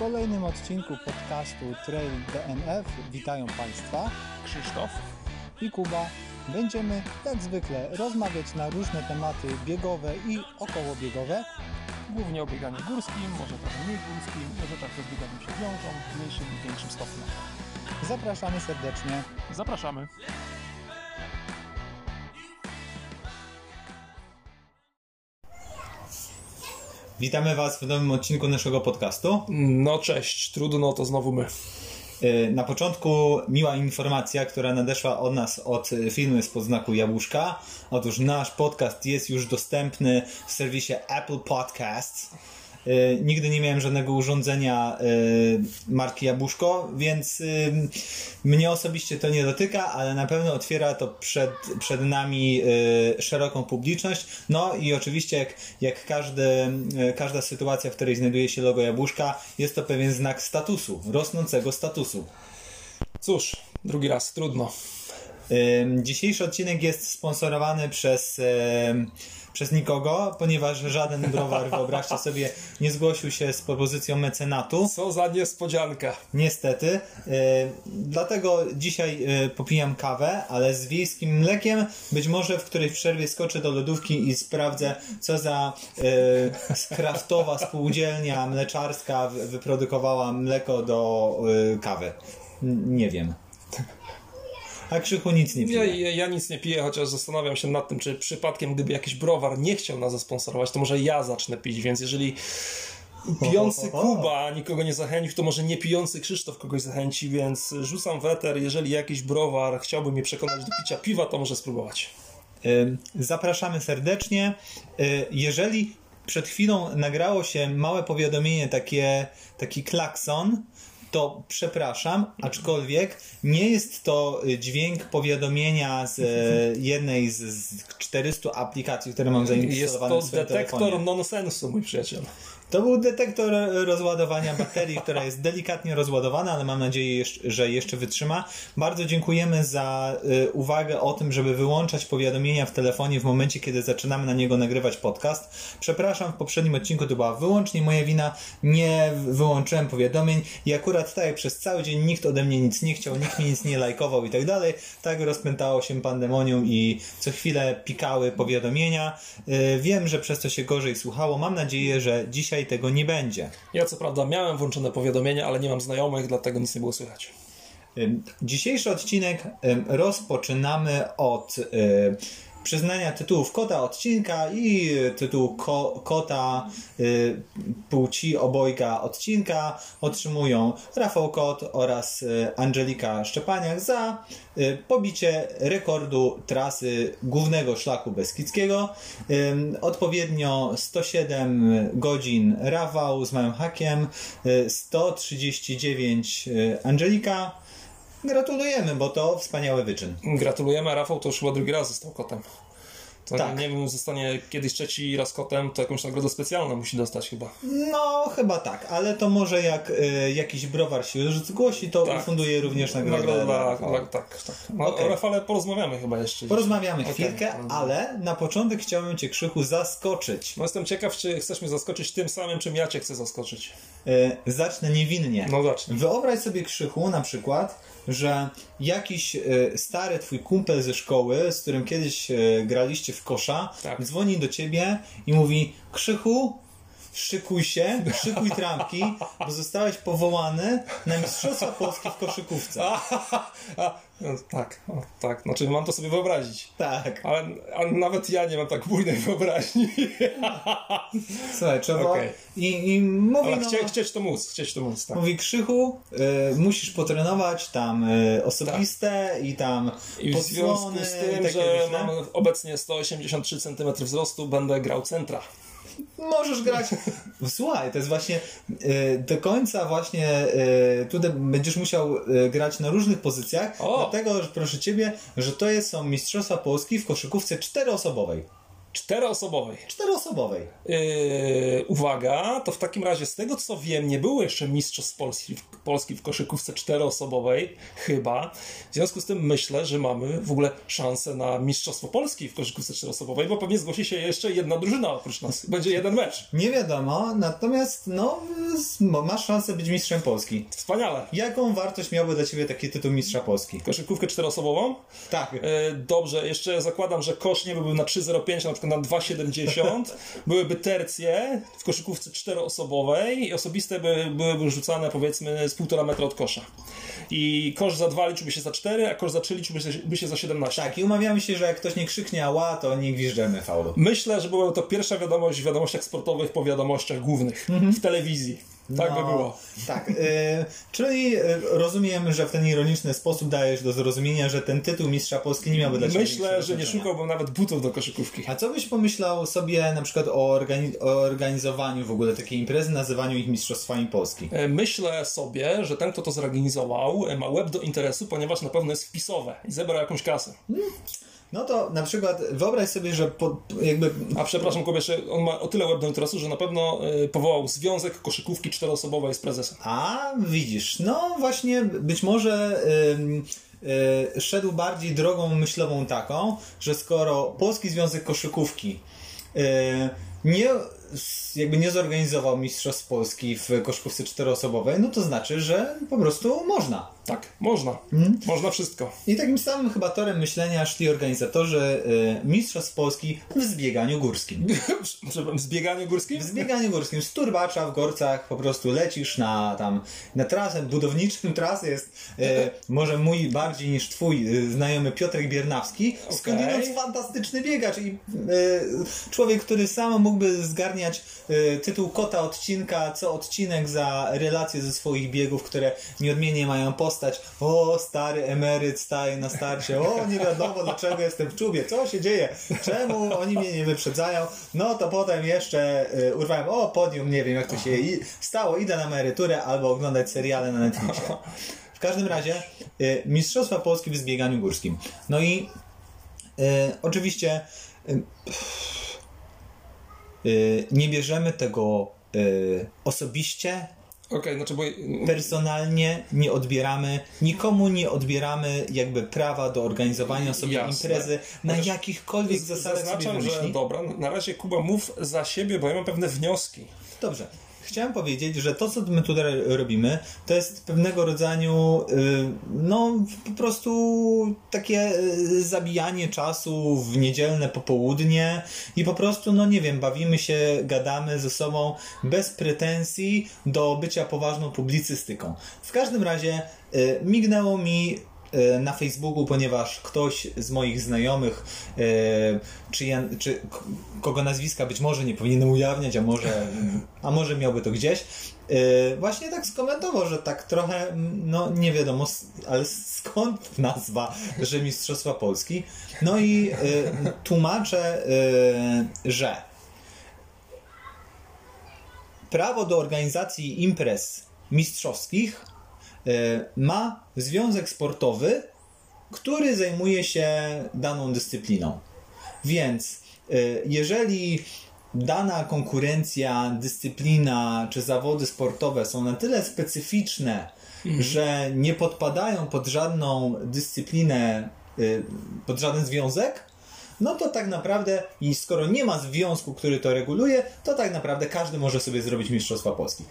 kolejnym odcinku podcastu Trail DNF witają Państwa Krzysztof i Kuba. Będziemy jak zwykle rozmawiać na różne tematy biegowe i okołobiegowe. głównie o bieganiu górskim, może trochę mniej górskim, może także z bieganiem się wiążą w mniejszym i większym stopniu. Zapraszamy serdecznie. Zapraszamy. Witamy Was w nowym odcinku naszego podcastu. No cześć, trudno, to znowu my. Na początku miła informacja, która nadeszła od nas od firmy spod znaku Jabłuszka. Otóż nasz podcast jest już dostępny w serwisie Apple Podcasts. Nigdy nie miałem żadnego urządzenia marki Jabłuszko, więc mnie osobiście to nie dotyka, ale na pewno otwiera to przed nami szeroką publiczność. No i oczywiście jak każda sytuacja, w której znajduje się logo Jabłuszka, jest to pewien znak statusu, rosnącego statusu. Cóż, drugi raz, trudno. Dzisiejszy odcinek jest sponsorowany przez nikogo, ponieważ żaden browar, wyobraźcie sobie, nie zgłosił się z propozycją mecenatu. Co za niespodzianka. Niestety. Dlatego dzisiaj popijam kawę, ale z wiejskim mlekiem. Być może w którejś przerwie skoczę do lodówki i sprawdzę, co za kraftowa spółdzielnia mleczarska wyprodukowała mleko do kawy. Nie wiem. A Krzychu nic nie pije. Ja nic nie piję, chociaż zastanawiam się nad tym, czy przypadkiem, gdyby jakiś browar nie chciał nas zasponsorować, to może ja zacznę pić, więc jeżeli pijący Kuba nikogo nie zachęcił, to może nie pijący Krzysztof kogoś zachęci, więc rzucam weter, jeżeli jakiś browar chciałby mnie przekonać do picia piwa, to może spróbować. Zapraszamy serdecznie. Jeżeli przed chwilą nagrało się małe powiadomienie, taki klakson, to przepraszam, aczkolwiek nie jest to dźwięk powiadomienia z jednej z 400 aplikacji, które mam zainstalowane w swoim telefonie. Jest to detektor nonsensu, mój przyjaciel. To był detektor rozładowania baterii, która jest delikatnie rozładowana, ale mam nadzieję, że jeszcze wytrzyma. Bardzo dziękujemy za uwagę o tym, żeby wyłączać powiadomienia w telefonie w momencie, kiedy zaczynamy na niego nagrywać podcast. Przepraszam, w poprzednim odcinku to była wyłącznie moja wina. Nie wyłączyłem powiadomień i akurat tak jak przez cały dzień nikt ode mnie nic nie chciał, nikt mi nic nie lajkował i tak dalej. Tak rozpętało się pandemonium i co chwilę pikały powiadomienia. Wiem, że przez to się gorzej słuchało. Mam nadzieję, że dzisiaj tego nie będzie. Ja co prawda miałem włączone powiadomienia, ale nie mam znajomych, dlatego nic nie było słychać. Dzisiejszy odcinek rozpoczynamy od przyznania tytułów kota odcinka i tytułu kota płci obojga odcinka otrzymują Rafał Kot oraz Angelika Szczepaniak za pobicie rekordu trasy głównego szlaku beskidzkiego. Odpowiednio 107 godzin Rafał z małym hakiem, 139 Angelika. Gratulujemy, bo to wspaniały wyczyn. Gratulujemy, a Rafał to już chyba drugi raz został kotem. To tak. Nie wiem, zostanie kiedyś trzeci raz kotem, to jakąś nagrodę specjalną musi dostać chyba. No, chyba tak, ale to może jak jakiś browar się już zgłosi, to tak. Ufunduje również nagrodę. Tak. No, okay. O Rafale porozmawiamy chyba jeszcze. Porozmawiamy chwilkę, ale na początek chciałbym Cię, Krzychu, zaskoczyć. No jestem ciekaw, czy chcesz mnie zaskoczyć tym samym, czym ja Cię chcę zaskoczyć. Zacznę niewinnie. No zacznij. Wyobraź sobie, Krzychu, na przykład, że jakiś stary twój kumpel ze szkoły, z którym kiedyś graliście w kosza, tak. Dzwoni do ciebie i mówi: Krzychu, szykuj się, szykuj trampki, bo zostałeś powołany na Mistrzostwa Polski w koszykówce. Tak, znaczy mam to sobie wyobrazić. Tak. Ale nawet ja nie mam tak bujnej wyobraźni. Słuchaj, trzeba... Okay. I mówi, ale chcieć to móc, tak. Mówi: Krzychu, musisz potrenować tam osobiste i tam i w związku z tym, że mam obecnie 183 cm wzrostu, będę grał centra. Możesz grać. Słuchaj, to jest właśnie do końca właśnie tutaj będziesz musiał grać na różnych pozycjach, dlatego, że proszę Ciebie, że to są Mistrzostwa Polski w koszykówce 4-osobowej. 4-osobowej. 4-osobowej. Uwaga, to w takim razie z tego co wiem, nie było jeszcze mistrzostw Polski w koszykówce 4-osobowej, chyba. W związku z tym myślę, że mamy w ogóle szansę na mistrzostwo Polski w koszykówce 4-osobowej, bo pewnie zgłosi się jeszcze jedna drużyna oprócz nas. Będzie jeden mecz. Nie wiadomo, natomiast masz szansę być mistrzem Polski. Wspaniale. Jaką wartość miałby dla Ciebie taki tytuł mistrza Polski? Koszykówkę 4-osobową? Tak. Dobrze, jeszcze zakładam, że kosz nie byłby na 3,05, na przykład na 2,70. Byłyby tercje w koszykówce 4-osobowej i osobiste byłyby rzucane powiedzmy z 1,5 metra od kosza. I kosz za 2 liczyłby się za 4, a kosz za 3 liczyłby się za 17. Tak, i umawiamy się, że jak ktoś nie krzyknie ała, to nie gwiżdżemy faulu. Myślę, że była to pierwsza wiadomość w wiadomościach sportowych po wiadomościach głównych w telewizji. Tak by było. Tak, czyli rozumiem, że w ten ironiczny sposób dajesz do zrozumienia, że ten tytuł mistrza Polski nie miałby dla Ciebie. Myślę, że nie szukałbym nawet butów do koszykówki. A co byś pomyślał sobie na przykład o organizowaniu w ogóle takiej imprezy, nazywaniu ich mistrzostwami Polski? Myślę sobie, że ten, kto to zorganizował, ma łeb do interesu, ponieważ na pewno jest wpisowe i zebrał jakąś kasę. No to na przykład wyobraź sobie, że A przepraszam, Kubie, on ma o tyle łeb do interesu, że na pewno powołał Związek Koszykówki 4-osobowej z prezesem. A, widzisz, no właśnie być może szedł bardziej drogą myślową taką, że skoro Polski Związek Koszykówki nie zorganizował mistrzostw Polski w koszykówce 4-osobowej, no to znaczy, że po prostu można. Tak, można. Można wszystko. I takim samym chyba torem myślenia szli organizatorzy mistrzostw Polski w zbieganiu górskim. W zbieganiu górskim? W zbieganiu górskim. Z Turbacza w Gorcach po prostu lecisz na trasę budowniczym. Trasy jest może mój bardziej niż twój znajomy Piotrek Biernawski. Skądinąd fantastyczny biegacz i człowiek, który sam mógłby zgarniać tytuł kota odcinka, co odcinek za relacje ze swoich biegów, które nieodmiennie mają postać. O, stary emeryt staje na starcie. O, nie wiadomo dlaczego jestem w czubie. Co się dzieje? Czemu oni mnie nie wyprzedzają? No to potem jeszcze urwałem. O, podium, nie wiem jak to się stało. Idę na emeryturę albo oglądać seriale na Netflixie. W każdym razie Mistrzostwa Polski w zbieganiu górskim. No i oczywiście nie bierzemy tego osobiście, personalnie nie odbieramy, nikomu nie odbieramy jakby prawa do organizowania sobie imprezy na jakichkolwiek zasadach sobie wymyśli. Że dobra, na razie Kuba mów za siebie, bo ja mam pewne wnioski. Dobrze. Chciałem powiedzieć, że to, co my tutaj robimy, to jest pewnego rodzaju po prostu takie zabijanie czasu w niedzielne popołudnie i po prostu, bawimy się, gadamy ze sobą bez pretensji do bycia poważną publicystyką. W każdym razie mignęło mi na Facebooku, ponieważ ktoś z moich znajomych, czy kogo nazwiska być może nie powinienem ujawniać, a może miałby to gdzieś, właśnie tak skomentował, że tak trochę, nie wiadomo, ale skąd nazwa, że Mistrzostwa Polski. No i tłumaczę, że prawo do organizacji imprez mistrzowskich ma związek sportowy, który zajmuje się daną dyscypliną. Więc jeżeli dana konkurencja, dyscyplina czy zawody sportowe są na tyle specyficzne, że nie podpadają pod żadną dyscyplinę, pod żaden związek, no to tak naprawdę, i skoro nie ma związku, który to reguluje, to tak naprawdę każdy może sobie zrobić Mistrzostwa Polski.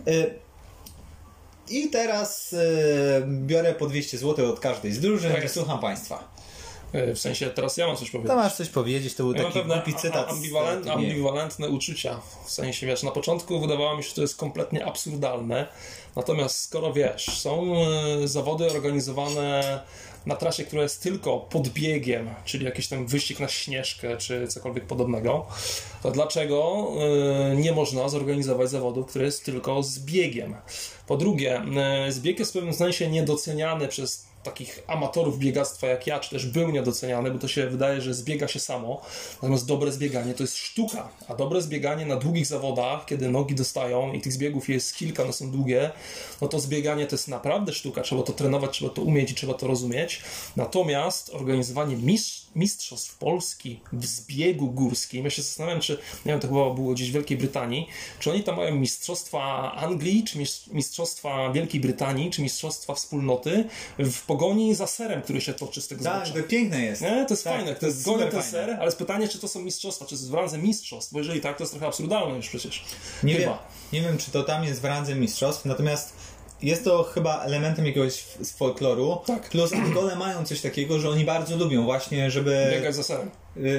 I teraz biorę po 200 zł od każdej z drużyn i słucham Państwa. W sensie, teraz ja mam coś powiedzieć. To masz coś powiedzieć, to był taki głupi cytat. Ambiwalentne uczucia. W sensie, wiesz, na początku wydawało mi się, że to jest kompletnie absurdalne. Natomiast skoro, wiesz, są zawody organizowane na trasie, która jest tylko podbiegiem, czyli jakiś tam wyścig na Śnieżkę, czy cokolwiek podobnego, to dlaczego nie można zorganizować zawodu, który jest tylko zbiegiem? Po drugie, zbieg jest w pewnym sensie niedoceniany przez takich amatorów biegactwa jak ja, czy też był niedoceniany, bo to się wydaje, że zbiega się samo. Natomiast dobre zbieganie to jest sztuka, a dobre zbieganie na długich zawodach, kiedy nogi dostają i tych zbiegów jest kilka, one są długie, no to zbieganie to jest naprawdę sztuka, trzeba to trenować, trzeba to umieć i trzeba to rozumieć. Natomiast organizowanie mistrzostw Polski w zbiegu górskim, ja się zastanawiam, czy, nie wiem, to chyba było gdzieś w Wielkiej Brytanii, czy oni tam mają mistrzostwa Anglii, czy mistrzostwa Wielkiej Brytanii, czy mistrzostwa wspólnoty w pogoni za serem, który się toczy z tego Tak, to piękne jest. Nie? To jest fajne, to jest gonią ten fajne. ser, ale jest pytanie, czy to są mistrzostwa, czy jest w randze mistrzostw, bo jeżeli tak, to jest trochę absurdalne już przecież. Nie wiem, czy to tam jest w randze mistrzostw, natomiast jest to chyba elementem jakiegoś z folkloru. Tak. Plus Angole mają coś takiego, że oni bardzo lubią właśnie, żeby... Biegać za serem.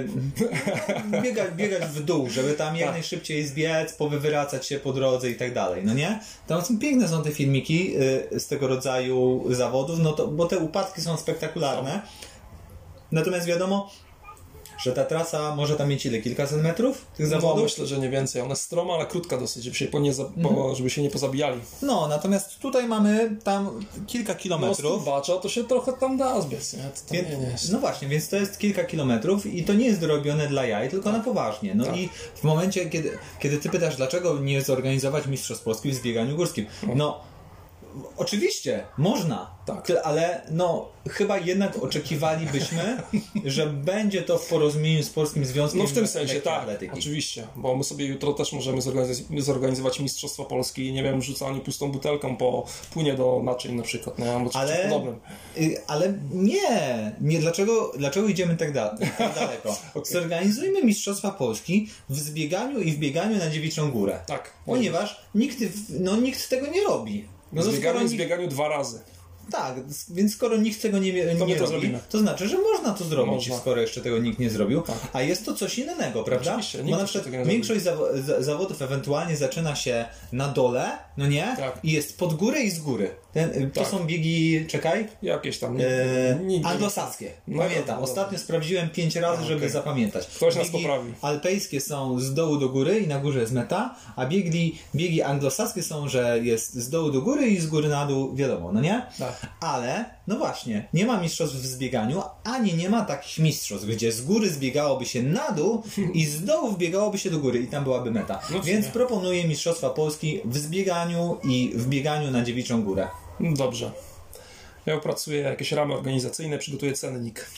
biegać w dół, żeby tam jak najszybciej zbiec, powywracać się po drodze i tak dalej, no nie? Tam są piękne te filmiki z tego rodzaju zawodów, no to, bo te upadki są spektakularne. Natomiast wiadomo, że ta trasa może tam mieć ile? Kilkaset metrów tych zawodów? No, myślę, że nie więcej. Ona jest stroma, ale krótka dosyć, żeby się nie pozabijali. No, natomiast tutaj mamy tam kilka kilometrów. No, to się trochę tam da zbiec, nie? To tam nie jest. No właśnie, więc to jest kilka kilometrów i to nie jest robione dla jaj, tylko na poważnie. No i w momencie, kiedy ty pytasz, dlaczego nie zorganizować Mistrzostw Polski w zbieganiu górskim? No, oczywiście, można, ale no, chyba jednak oczekiwalibyśmy, że będzie to w porozumieniu z Polskim Związkiem. No w tym sensie, tak, atletyki. oczywiście, bo my sobie jutro też możemy zorganizować Mistrzostwa Polski i nie wiem, rzucanie pustą butelką po płynie do naczyń na przykład, nie? Albo czymś podobnym. Ale nie, dlaczego idziemy tak daleko? Zorganizujmy Mistrzostwa Polski w zbieganiu i w bieganiu na Dziewiczą Górę. Tak. Ponieważ nikt tego nie robi. No w zbieganiu 2 razy. Tak, więc skoro nikt tego nie robi, to znaczy, że można to zrobić, skoro jeszcze tego nikt nie zrobił. Tak. A jest to coś innego, prawda? Oczywiście, bo na przykład większość zawodów ewentualnie zaczyna się na dole, no nie? Tak. I jest pod górę i z góry. To są biegi, jakieś tam anglosaskie. Pamiętam, ostatnio sprawdziłem 5 razy, żeby zapamiętać. Ktoś nas poprawi. Alpejskie są z dołu do góry i na górze jest meta, a biegi anglosaskie są, że jest z dołu do góry i z góry na dół, wiadomo, no nie? Tak. Ale, no właśnie, nie ma mistrzostw w zbieganiu, ani nie ma takich mistrzostw, gdzie z góry zbiegałoby się na dół i z dołu wbiegałoby się do góry i tam byłaby meta. No więc proponuję Mistrzostwa Polski w zbieganiu i w bieganiu na Dziewiczą Górę. Dobrze. Ja opracuję jakieś ramy organizacyjne, przygotuję cennik.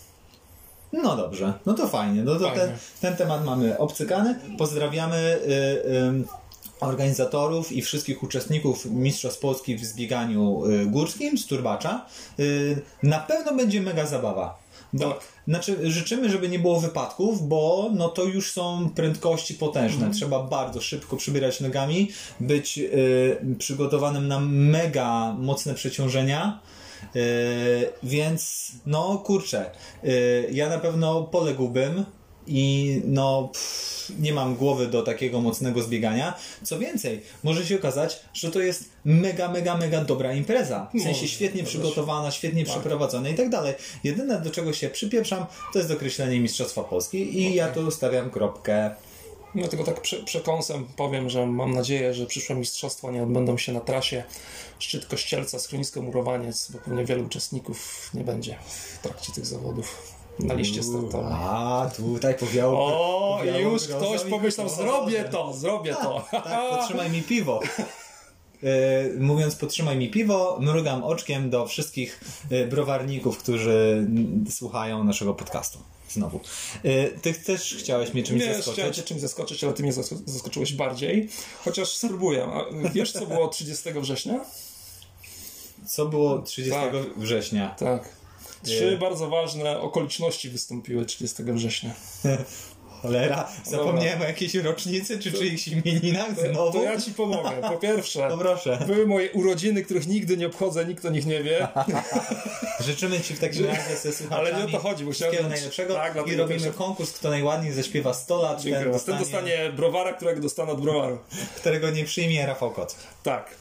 No dobrze, no to fajnie. No to ten temat mamy obcykany. Pozdrawiamy organizatorów i wszystkich uczestników Mistrzostw Polski w zbieganiu górskim z Turbacza. Na pewno będzie mega zabawa. Znaczy, życzymy, żeby nie było wypadków, bo no to już są prędkości potężne. Trzeba bardzo szybko przybierać nogami, być przygotowanym na mega mocne przeciążenia. Więc no kurczę, ja na pewno poległbym i no nie mam głowy do takiego mocnego zbiegania. Co więcej, może się okazać, że to jest mega dobra impreza. W sensie świetnie przygotowana, świetnie przeprowadzona i tak dalej. Jedyne, do czego się przypieprzam, to jest dokreślenie Mistrzostwa Polski i ja tu stawiam kropkę. No tylko tak przekąsem powiem, że mam nadzieję, że przyszłe mistrzostwa nie odbędą się na trasie Szczyt Kościelca, Schronisko Murowiec, bo pewnie wielu uczestników nie będzie w trakcie tych zawodów na liście startowej. A, tutaj powiało. O, już ktoś pomyślał, zrobię to. Tak, potrzymaj mi piwo. Mówiąc podtrzymaj mi piwo, mrugam oczkiem do wszystkich browarników, którzy słuchają naszego podcastu. Znowu. Ty też chciałeś mnie czymś zaskoczyć? Nie, chciałem cię czymś zaskoczyć, ale ty mnie zaskoczyłeś bardziej. Chociaż spróbuję. A wiesz, co było 30 września? Co było 30 września? Tak. 3 bardzo ważne okoliczności wystąpiły 30 września. Cholera, zapomniałem o jakiejś rocznicy czy czyichś imieninach znowu? To ja ci pomogę. Po pierwsze, proszę. Były moje urodziny, których nigdy nie obchodzę, nikt o nich nie wie. Życzymy ci w takim razie ze słuchaczami ale nie o to chodzi, bo wszystkiego najlepszego i robimy konkurs, kto najładniej zaśpiewa 100 lat. Ten dostanie browara, którego dostanę od browaru. Którego nie przyjmie Rafał Koc. Tak.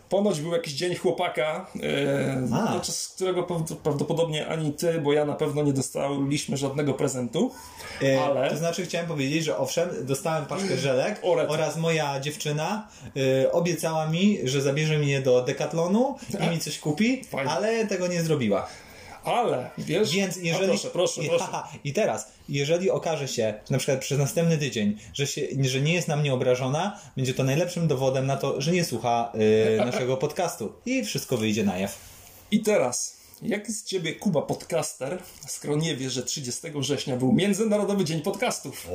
Ponoć był jakiś dzień chłopaka, podczas którego prawdopodobnie ani ty, bo ja na pewno nie dostaliśmy żadnego prezentu, ale... To znaczy chciałem powiedzieć, że owszem, dostałem paczkę żelek oraz moja dziewczyna obiecała mi, że zabierze mnie do Decathlonu i mi coś kupi, ale tego nie zrobiła. Ale, wiesz... Więc jeżeli... Proszę. I teraz, jeżeli okaże się, na przykład przez następny tydzień, że nie jest na mnie obrażona, będzie to najlepszym dowodem na to, że nie słucha naszego podcastu. I wszystko wyjdzie na jaw. I teraz, jak z ciebie Kuba podcaster, skoro nie wiesz, że 30 września był Międzynarodowy Dzień Podcastów?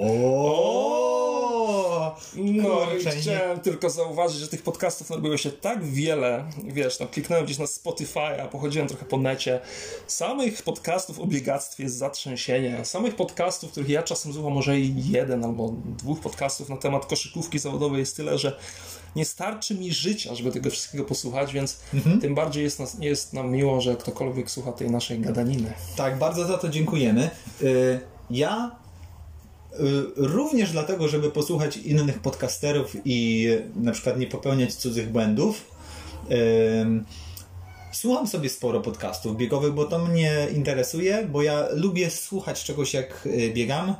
Chciałem tylko zauważyć, że tych podcastów narobiło się tak wiele, wiesz, tam kliknąłem gdzieś na Spotify, a pochodziłem trochę po necie, samych podcastów o biegactwie jest zatrzęsienie, samych podcastów, których ja czasem słucham, może jeden albo dwóch podcastów na temat koszykówki zawodowej jest tyle, że nie starczy mi życia, żeby tego wszystkiego posłuchać, więc tym bardziej jest nam miło, że ktokolwiek słucha tej naszej gadaniny. Tak, bardzo za to dziękujemy. Ja również dlatego, żeby posłuchać innych podcasterów i na przykład nie popełniać cudzych błędów, słucham sobie sporo podcastów biegowych, bo to mnie interesuje, bo ja lubię słuchać czegoś, jak biegam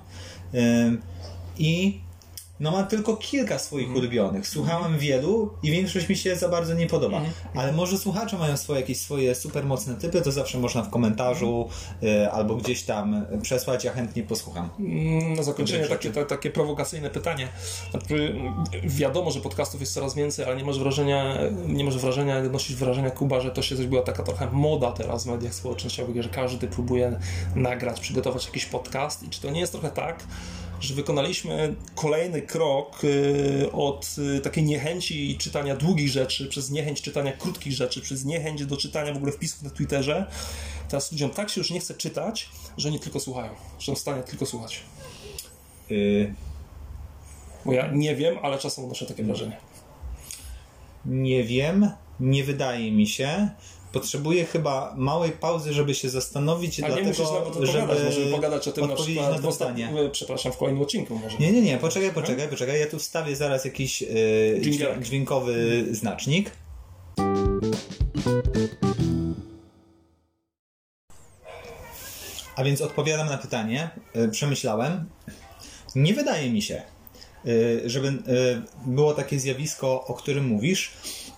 i mam tylko kilka swoich ulubionych. Słuchałem wielu i większość mi się za bardzo nie podoba. Ale może słuchacze mają jakieś swoje super mocne typy, to zawsze można w komentarzu albo gdzieś tam przesłać, ja chętnie posłucham. Na zakończenie takie prowokacyjne pytanie. Wiadomo, że podcastów jest coraz więcej, ale nie może nosić wrażenia, Kuba, że to się była taka trochę moda teraz w mediach społecznościowych, że każdy próbuje nagrać, przygotować jakiś podcast i czy to nie jest trochę tak, że wykonaliśmy kolejny krok od takiej niechęci czytania długich rzeczy, przez niechęć czytania krótkich rzeczy, przez niechęć do czytania w ogóle wpisów na Twitterze. Teraz ludziom tak się już nie chce czytać, że oni tylko słuchają, że są w stanie tylko słuchać. Bo ja nie wiem, ale czasem odnoszę takie wrażenie. Nie wiem, nie wydaje mi się. Potrzebuję chyba małej pauzy, żeby się zastanowić, żeby możemy pogadać o tym odpowiedzieć na to pytanie. Przepraszam, w kolejnym odcinku może. Nie, poczekaj. Ja tu wstawię zaraz jakiś dźwiękowy znacznik. A więc odpowiadam na pytanie. Przemyślałem. Nie wydaje mi się, żeby było takie zjawisko, o którym mówisz.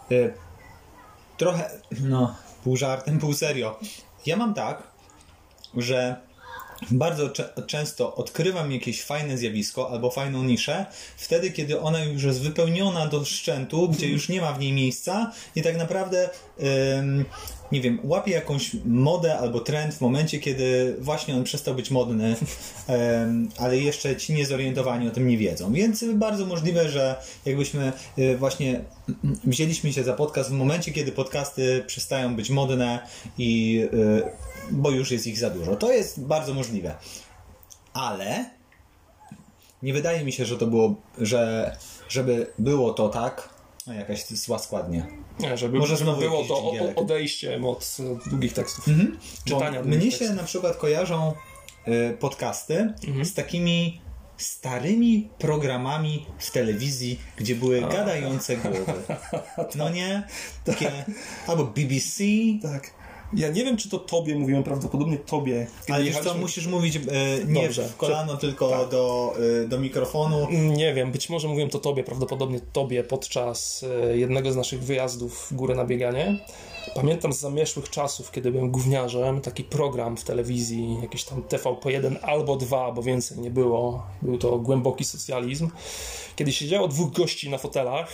Trochę, pół żartem, pół serio. Ja mam tak, że bardzo często odkrywam jakieś fajne zjawisko albo fajną niszę wtedy, kiedy ona już jest wypełniona do szczętu, gdzie już nie ma w niej miejsca i tak naprawdę nie wiem, łapię jakąś modę albo trend w momencie, kiedy właśnie on przestał być modny, ale jeszcze ci niezorientowani o tym nie wiedzą. Więc bardzo możliwe, że jakbyśmy właśnie wzięliśmy się za podcast w momencie, kiedy podcasty przestają być modne i bo już jest ich za dużo. To jest bardzo możliwe. Ale nie wydaje mi się, że to było, żeby było to tak, jakaś zła składnia. Nie, żeby było to odejściem od długich tekstów. Czytania mnie tekstów. Się na przykład kojarzą podcasty z takimi starymi programami w telewizji, gdzie były gadające głowy. No nie? Takie, albo BBC. Tak. Ja nie wiem, czy to tobie mówiłem, prawdopodobnie tobie. Ale wiesz co, musisz mówić nie w kolano, tylko tak. do mikrofonu. Nie wiem, być może mówiłem to tobie, prawdopodobnie tobie podczas jednego z naszych wyjazdów w górę na bieganie. Pamiętam z zamierzchłych czasów, kiedy byłem gówniarzem, taki program w telewizji, jakiś tam TVP1 albo 2, bo więcej nie było. Był to Głęboki Socjalizm. Kiedy siedziało dwóch gości na fotelach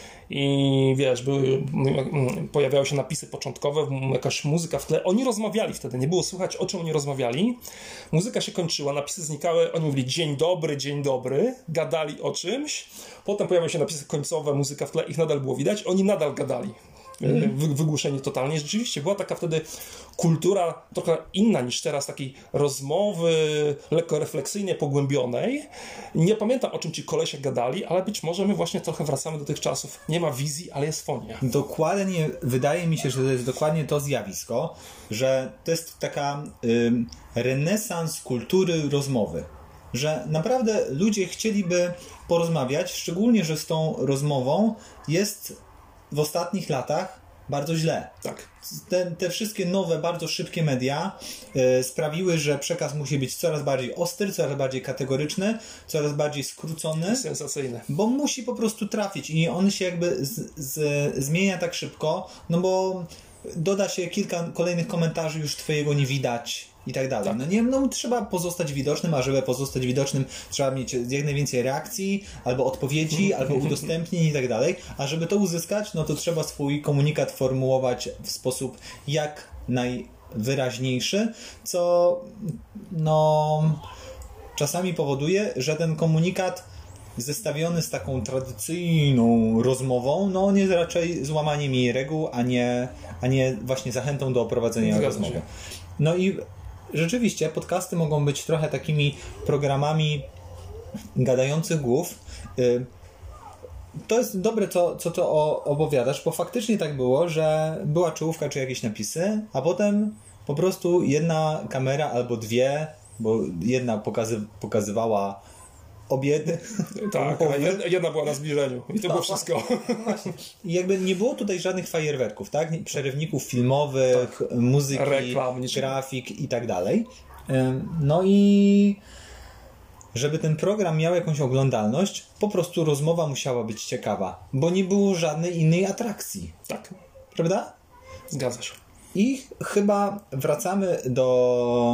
i wiesz, pojawiały się napisy początkowe, jakaś muzyka w tle. Oni rozmawiali wtedy, nie było słychać, o czym oni rozmawiali. Muzyka się kończyła, napisy znikały, oni mówili dzień dobry, gadali o czymś. Potem pojawiały się napisy końcowe, muzyka w tle, ich nadal było widać, oni nadal gadali. Wygłuszeni totalnie. Rzeczywiście była taka wtedy kultura trochę inna niż teraz, takiej rozmowy lekko refleksyjnie pogłębionej. Nie pamiętam, o czym ci kolesie gadali, ale być może my właśnie trochę wracamy do tych czasów. Nie ma wizji, ale jest fonia. Dokładnie, wydaje mi się, że to jest dokładnie to zjawisko, że to jest taka renesans kultury rozmowy. Że naprawdę ludzie chcieliby porozmawiać, szczególnie, że z tą rozmową jest w ostatnich latach bardzo źle. Tak. Te wszystkie nowe, bardzo szybkie media sprawiły, że przekaz musi być coraz bardziej ostry, coraz bardziej kategoryczny, coraz bardziej skrócony. Sensacyjny. Bo musi po prostu trafić i on się jakby zmienia tak szybko, no bo doda się kilka kolejnych komentarzy, już twojego nie widać i tak dalej. Tak. No trzeba pozostać widocznym, a żeby pozostać widocznym, trzeba mieć jak najwięcej reakcji, albo odpowiedzi, albo udostępnień i tak dalej. A żeby to uzyskać, no to trzeba swój komunikat formułować w sposób jak najwyraźniejszy, co no czasami powoduje, że ten komunikat zestawiony z taką tradycyjną rozmową, no on jest raczej złamaniem jej reguł, a nie właśnie zachętą do prowadzenia rozmowy. No i rzeczywiście podcasty mogą być trochę takimi programami gadających głów. To jest dobre, co to opowiadasz, bo faktycznie tak było, że była czołówka czy jakieś napisy, a potem po prostu jedna kamera albo dwie, bo jedna pokazywała obiedy. Tak, a jedna była na zbliżeniu i to było wszystko. Właśnie. I jakby nie było tutaj żadnych fajerwerków, tak? Przerywników filmowych, muzyki, reklam, grafik i tak dalej. No i żeby ten program miał jakąś oglądalność, po prostu rozmowa musiała być ciekawa, bo nie było żadnej innej atrakcji. Tak. Prawda? Zgadza się. I chyba wracamy do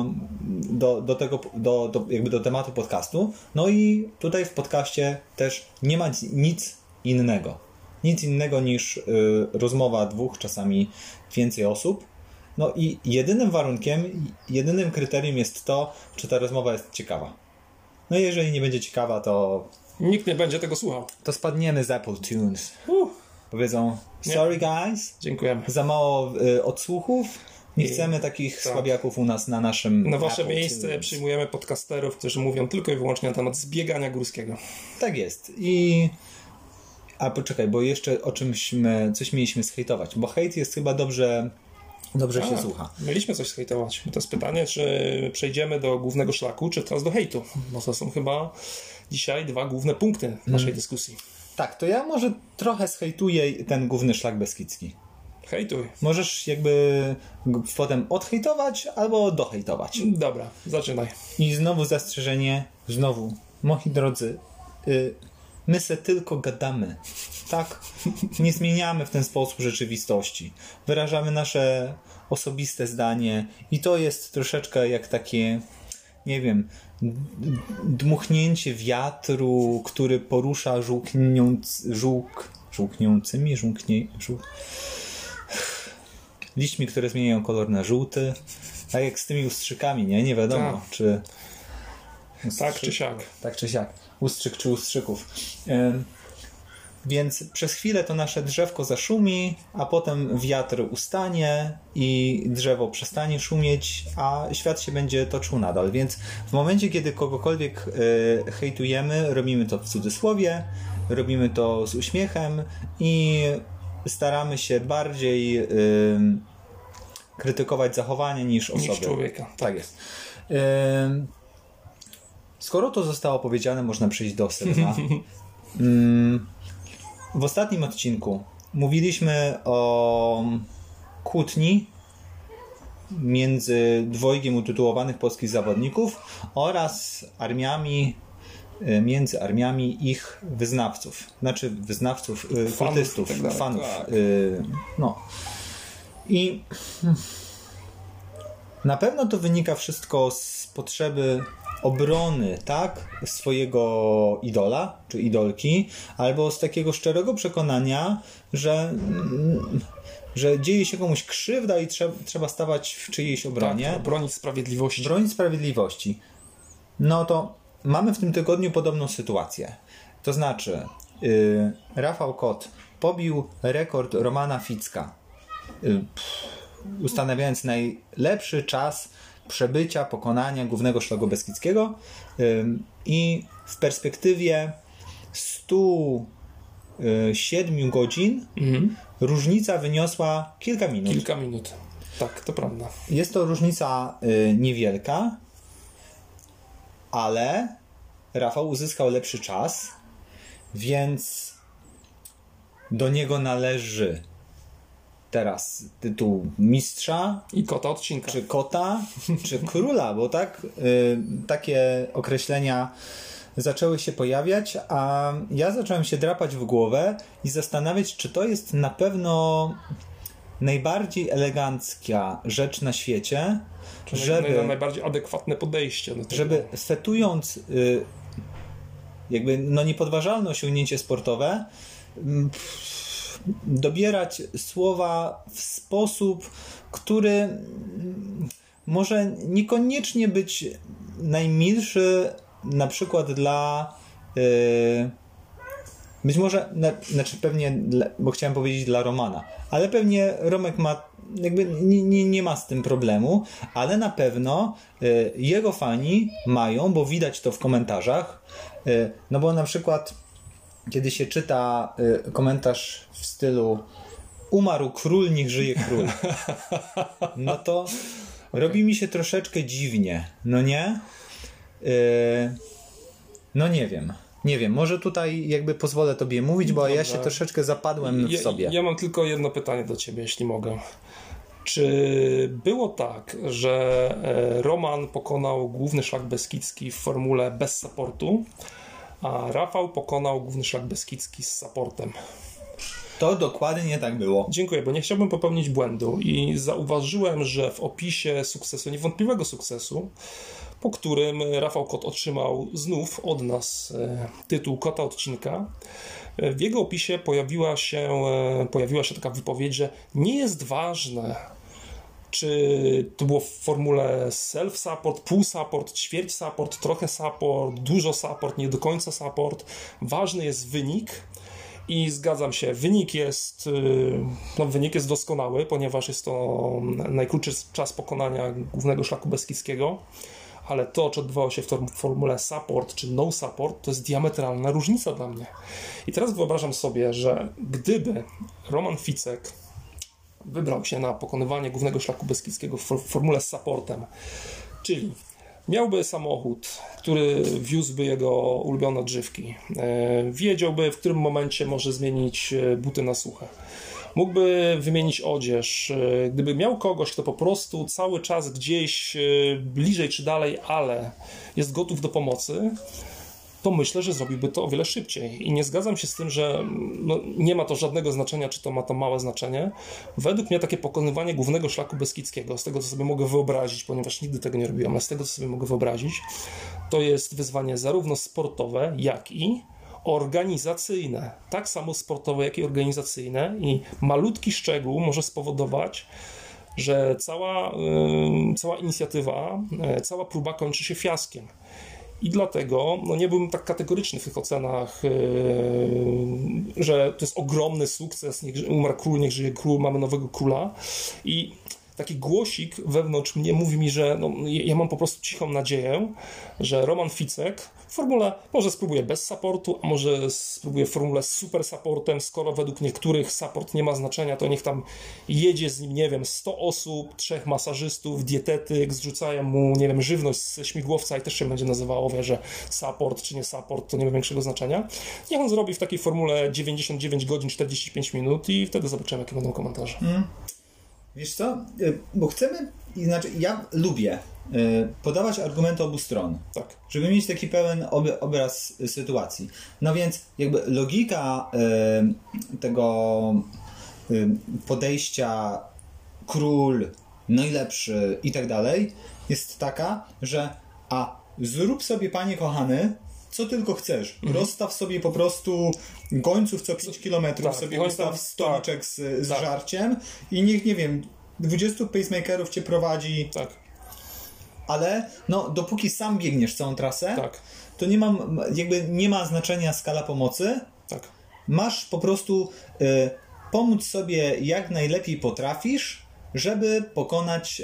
tematu podcastu. No i tutaj w podcaście też nie ma nic innego. Nic innego niż rozmowa dwóch, czasami więcej osób. No i jedynym kryterium jest to, czy ta rozmowa jest ciekawa. No i jeżeli nie będzie ciekawa, to nikt nie będzie tego słuchał. To spadniemy z Apple Tunes. Powiedzą, sorry guys, dziękujemy. Za mało odsłuchów. Nie chcemy takich słabiaków u nas na naszym Na wasze Apple miejsce Tunes. przyjmujemy podcasterów, którzy mówią tylko i wyłącznie na temat zbiegania górskiego. Tak jest. A poczekaj, bo jeszcze coś mieliśmy zhejtować, bo hejt jest chyba dobrze się słucha. Mieliśmy coś zhejtować. To jest pytanie, czy przejdziemy do głównego szlaku, czy teraz do hejtu. Bo to są chyba dzisiaj dwa główne punkty naszej dyskusji. Tak, to ja może trochę zhejtuję ten główny szlak beskidzki. Hejtuj. Możesz jakby potem odhejtować albo dohejtować. Dobra, zaczynaj. I znowu zastrzeżenie, moi drodzy, my se tylko gadamy. Tak? Nie zmieniamy w ten sposób rzeczywistości. Wyrażamy nasze osobiste zdanie i to jest troszeczkę jak takie, nie wiem, dmuchnięcie wiatru, który porusza liśćmi, które zmieniają kolor na żółty. Tak jak z tymi ustrzykami, nie wiadomo, czy tak czy siak. Tak czy siak. Ustrzyk czy ustrzyków. Więc przez chwilę to nasze drzewko zaszumi, a potem wiatr ustanie i drzewo przestanie szumieć, a świat się będzie toczył nadal. Więc w momencie, kiedy kogokolwiek hejtujemy, robimy to w cudzysłowie, robimy to z uśmiechem i staramy się bardziej krytykować zachowanie niż osoby. Niż człowieka. Tak jest. Skoro to zostało powiedziane, można przejść do sedna. W ostatnim odcinku mówiliśmy o kłótni między dwojgiem utytułowanych polskich zawodników oraz między armiami ich wyznawców. Znaczy wyznawców, kultystów, fanów. Tak. I na pewno to wynika wszystko z potrzeby obrony, tak, swojego idola czy idolki, albo z takiego szczerego przekonania, że dzieje się komuś krzywda i trzeba stawać w czyjejś obronie. Tak, bronić sprawiedliwości. Bronić sprawiedliwości. No to mamy w tym tygodniu podobną sytuację. To znaczy Rafał Kot pobił rekord Romana Ficka, ustanawiając najlepszy czas przebycia, pokonania głównego szlaku beskidzkiego i w perspektywie 107 godzin różnica wyniosła kilka minut. Kilka minut. Tak, to prawda. Jest to różnica niewielka, ale Rafał uzyskał lepszy czas, więc do niego należy teraz tytuł mistrza i kota odcinka. Czy kota, czy króla, bo takie określenia zaczęły się pojawiać, a ja zacząłem się drapać w głowę i zastanawiać, czy to jest na pewno najbardziej elegancka rzecz na świecie, żeby najbardziej adekwatne podejście do tego. Żeby fetując jakby niepodważalne osiągnięcie sportowe, dobierać słowa w sposób, który może niekoniecznie być najmilszy, na przykład dla być może, znaczy pewnie, bo chciałem powiedzieć dla Romana, ale pewnie Romek ma jakby nie ma z tym problemu, ale na pewno jego fani mają, bo widać to w komentarzach, no bo na przykład kiedy się czyta komentarz w stylu umarł król, niech żyje król, no to robi mi się troszeczkę dziwnie, no nie? No nie wiem. Nie wiem, może tutaj jakby pozwolę tobie mówić, bo ja się troszeczkę zapadłem w sobie. Ja mam tylko jedno pytanie do ciebie, jeśli mogę. Czy było tak, że Roman pokonał główny szlak beskidzki w formule bez supportu, a Rafał pokonał główny szlak beskidzki z supportem? To dokładnie tak było. Dziękuję, bo nie chciałbym popełnić błędu i zauważyłem, że w opisie sukcesu, niewątpliwego sukcesu, po którym Rafał Kot otrzymał znów od nas tytuł Kota Odcinka, w jego opisie pojawiła się taka wypowiedź, że nie jest ważne, czy to było w formule self-support, pół-support, ćwierć support, trochę support, dużo support, nie do końca support. Ważny jest wynik i zgadzam się, wynik jest doskonały, ponieważ jest to najkrótszy czas pokonania głównego szlaku beskidzkiego, ale to, czy odbywało się w formule support czy no support, to jest diametralna różnica dla mnie. I teraz wyobrażam sobie, że gdyby Roman Ficek wybrał się na pokonywanie głównego szlaku beskidzkiego w formule z supportem, czyli miałby samochód, który wiózłby jego ulubione odżywki, wiedziałby, w którym momencie może zmienić buty na suche, mógłby wymienić odzież, gdyby miał kogoś, kto po prostu cały czas gdzieś bliżej czy dalej, ale jest gotów do pomocy, to myślę, że zrobiłby to o wiele szybciej. I nie zgadzam się z tym, że nie ma to żadnego znaczenia, czy to ma to małe znaczenie. Według mnie takie pokonywanie głównego szlaku beskidzkiego, z tego co sobie mogę wyobrazić, ponieważ nigdy tego nie robiłem, ale z tego co sobie mogę wyobrazić, to jest wyzwanie zarówno sportowe, jak i organizacyjne. Tak samo sportowe, jak i organizacyjne. I malutki szczegół może spowodować, że cała inicjatywa, cała próba kończy się fiaskiem. I dlatego nie byłbym tak kategoryczny w tych ocenach, że to jest ogromny sukces, umarł król, niech żyje król, mamy nowego króla. I taki głosik wewnątrz mnie mówi mi, że ja mam po prostu cichą nadzieję, że Roman Ficek w formule może spróbuje bez supportu, a może spróbuje formulę z super supportem, skoro według niektórych support nie ma znaczenia, to niech tam jedzie z nim, nie wiem, 100 osób, 3 masażystów, dietetyk, zrzucają mu, nie wiem, żywność ze śmigłowca i też się będzie nazywało, że support czy nie support, to nie ma większego znaczenia. Niech on zrobi w takiej formule 99 godzin 45 minut i wtedy zobaczymy, jakie będą komentarze. Wiesz co? Bo chcemy, znaczy ja lubię podawać argumenty obu stron, tak, żeby mieć taki pełen obraz sytuacji. No więc jakby logika tego podejścia król, najlepszy i tak dalej jest taka, że zrób sobie, panie kochany, co tylko chcesz. Rozstaw sobie po prostu gońców co 5 kilometrów, sobie ustaw stoliczek z żarciem i niech, nie wiem, 20 pacemakerów cię prowadzi. Tak. Ale dopóki sam biegniesz całą trasę, to nie ma znaczenia skala pomocy. Tak. Masz po prostu pomóc sobie jak najlepiej potrafisz, żeby pokonać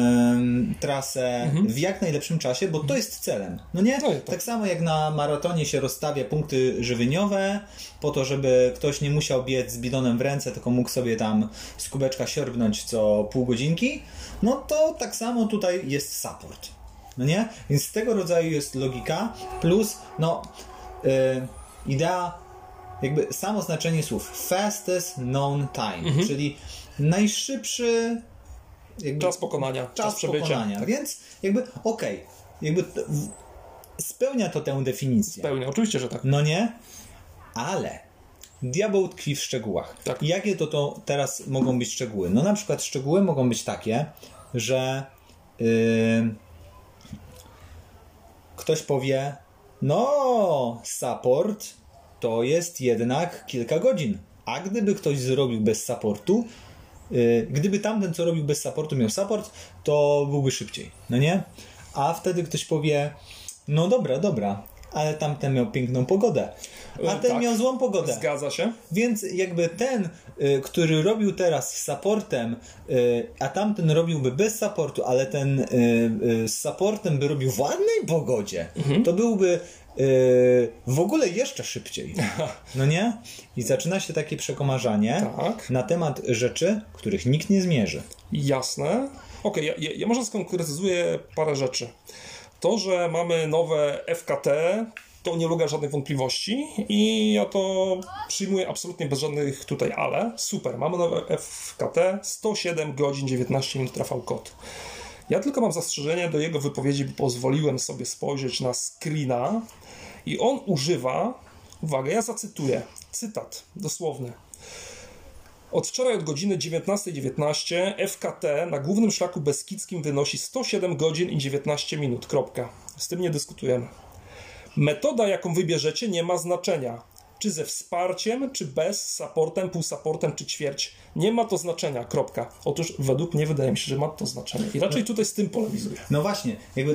trasę w jak najlepszym czasie, bo to jest celem. No nie? Tak samo jak na maratonie się rozstawia punkty żywieniowe po to, żeby ktoś nie musiał biec z bidonem w ręce, tylko mógł sobie tam z kubeczka siorbnąć co pół godzinki, no to tak samo tutaj jest support. No nie? Więc tego rodzaju jest logika, plus idea jakby samo znaczenie słów fastest known time, czyli najszybszy jakby Czas pokonania, czas przebycia. pokonania. Tak. Więc jakby jakby spełnia to tę definicję. Spełnia, oczywiście, że tak. No nie? Ale diabeł tkwi w szczegółach. Tak. Jakie to teraz mogą być szczegóły? No na przykład szczegóły mogą być takie, że ktoś powie, no support to jest jednak kilka godzin. A gdyby ktoś zrobił bez supportu, gdyby tamten, co robił bez supportu, miał support, to byłby szybciej. No nie? A wtedy ktoś powie, no dobra, ale tamten miał piękną pogodę, a ten miał złą pogodę. Zgadza się. Więc jakby ten, który robił teraz z supportem, a tamten robiłby bez supportu, ale ten z supportem by robił w ładnej pogodzie, to byłby w ogóle jeszcze szybciej. No nie? I zaczyna się takie przekomarzanie na temat rzeczy, których nikt nie zmierzy. Jasne. Okej, ja może skonkretyzuję parę rzeczy. To, że mamy nowe FKT, to nie ulega żadnej wątpliwości i ja to przyjmuję absolutnie bez żadnych tutaj ale. Super, mamy nowe FKT, 107 godzin 19 minut trafał kod. Ja tylko mam zastrzeżenie do jego wypowiedzi, bo pozwoliłem sobie spojrzeć na screena i on używa, uwaga, ja zacytuję, cytat dosłowny. Od wczoraj od godziny 19:19 FKT na głównym szlaku beskidzkim wynosi 107 godzin i 19 minut. Kropka. Z tym nie dyskutujemy. Metoda, jaką wybierzecie, nie ma znaczenia. Czy ze wsparciem, czy bez, supportem, półsupportem, czy ćwierć. Nie ma to znaczenia. Kropka. Otóż według mnie wydaje mi się, że ma to znaczenie. I raczej tutaj z tym polemizuję. No właśnie. Jakby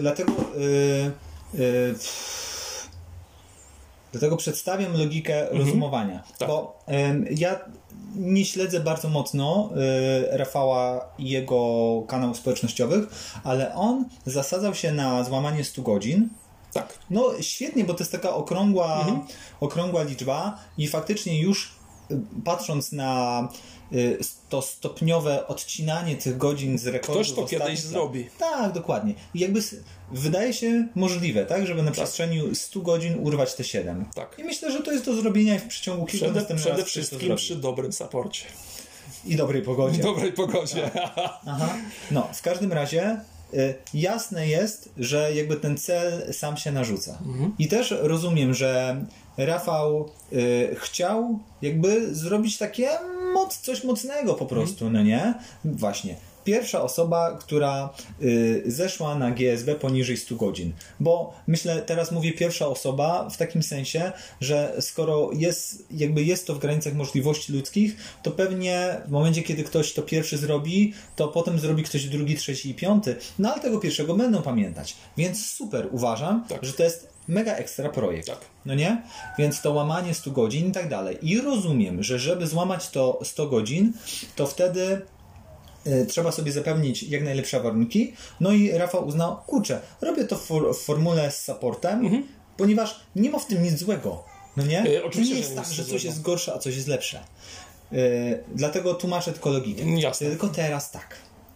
dlatego przedstawiam logikę rozumowania. Tak. Bo ja nie śledzę bardzo mocno Rafała i jego kanałów społecznościowych, ale on zasadzał się na złamanie 100 godzin. Tak. No świetnie, bo to jest taka okrągła liczba i faktycznie już patrząc na to stopniowe odcinanie tych godzin z rekordów. Ktoś to kiedyś zrobi. Tak, dokładnie. I jakby wydaje się możliwe, tak, żeby na przestrzeni 100 godzin urwać te 7. Tak. I myślę, że to jest do zrobienia w przeciągu kilku następnych lat. Przede wszystkim przy dobrym supporcie. I dobrej pogodzie. W dobrej pogodzie. Aha. No, w każdym razie jasne jest, że jakby ten cel sam się narzuca. I też rozumiem, że Rafał chciał jakby zrobić takie coś mocnego po prostu, no nie? Właśnie. Pierwsza osoba, która zeszła na GSB poniżej 100 godzin. Bo myślę, teraz mówię pierwsza osoba w takim sensie, że skoro jest to w granicach możliwości ludzkich, to pewnie w momencie, kiedy ktoś to pierwszy zrobi, to potem zrobi ktoś drugi, trzeci i piąty. No ale tego pierwszego będą pamiętać. Więc super, uważam, że to jest mega ekstra projekt. Tak. No nie? Więc to łamanie 100 godzin i tak dalej. I rozumiem, że żeby złamać to 100 godzin, to wtedy trzeba sobie zapewnić jak najlepsze warunki. No i Rafał uznał, kurczę, robię to w formule z supportem, ponieważ nie ma w tym nic złego. No nie? Oczywiście, nie jest tak, że coś jest gorsze, a coś jest lepsze. Dlatego tłumaczę tylko logikę. Jasne. Tylko teraz tak.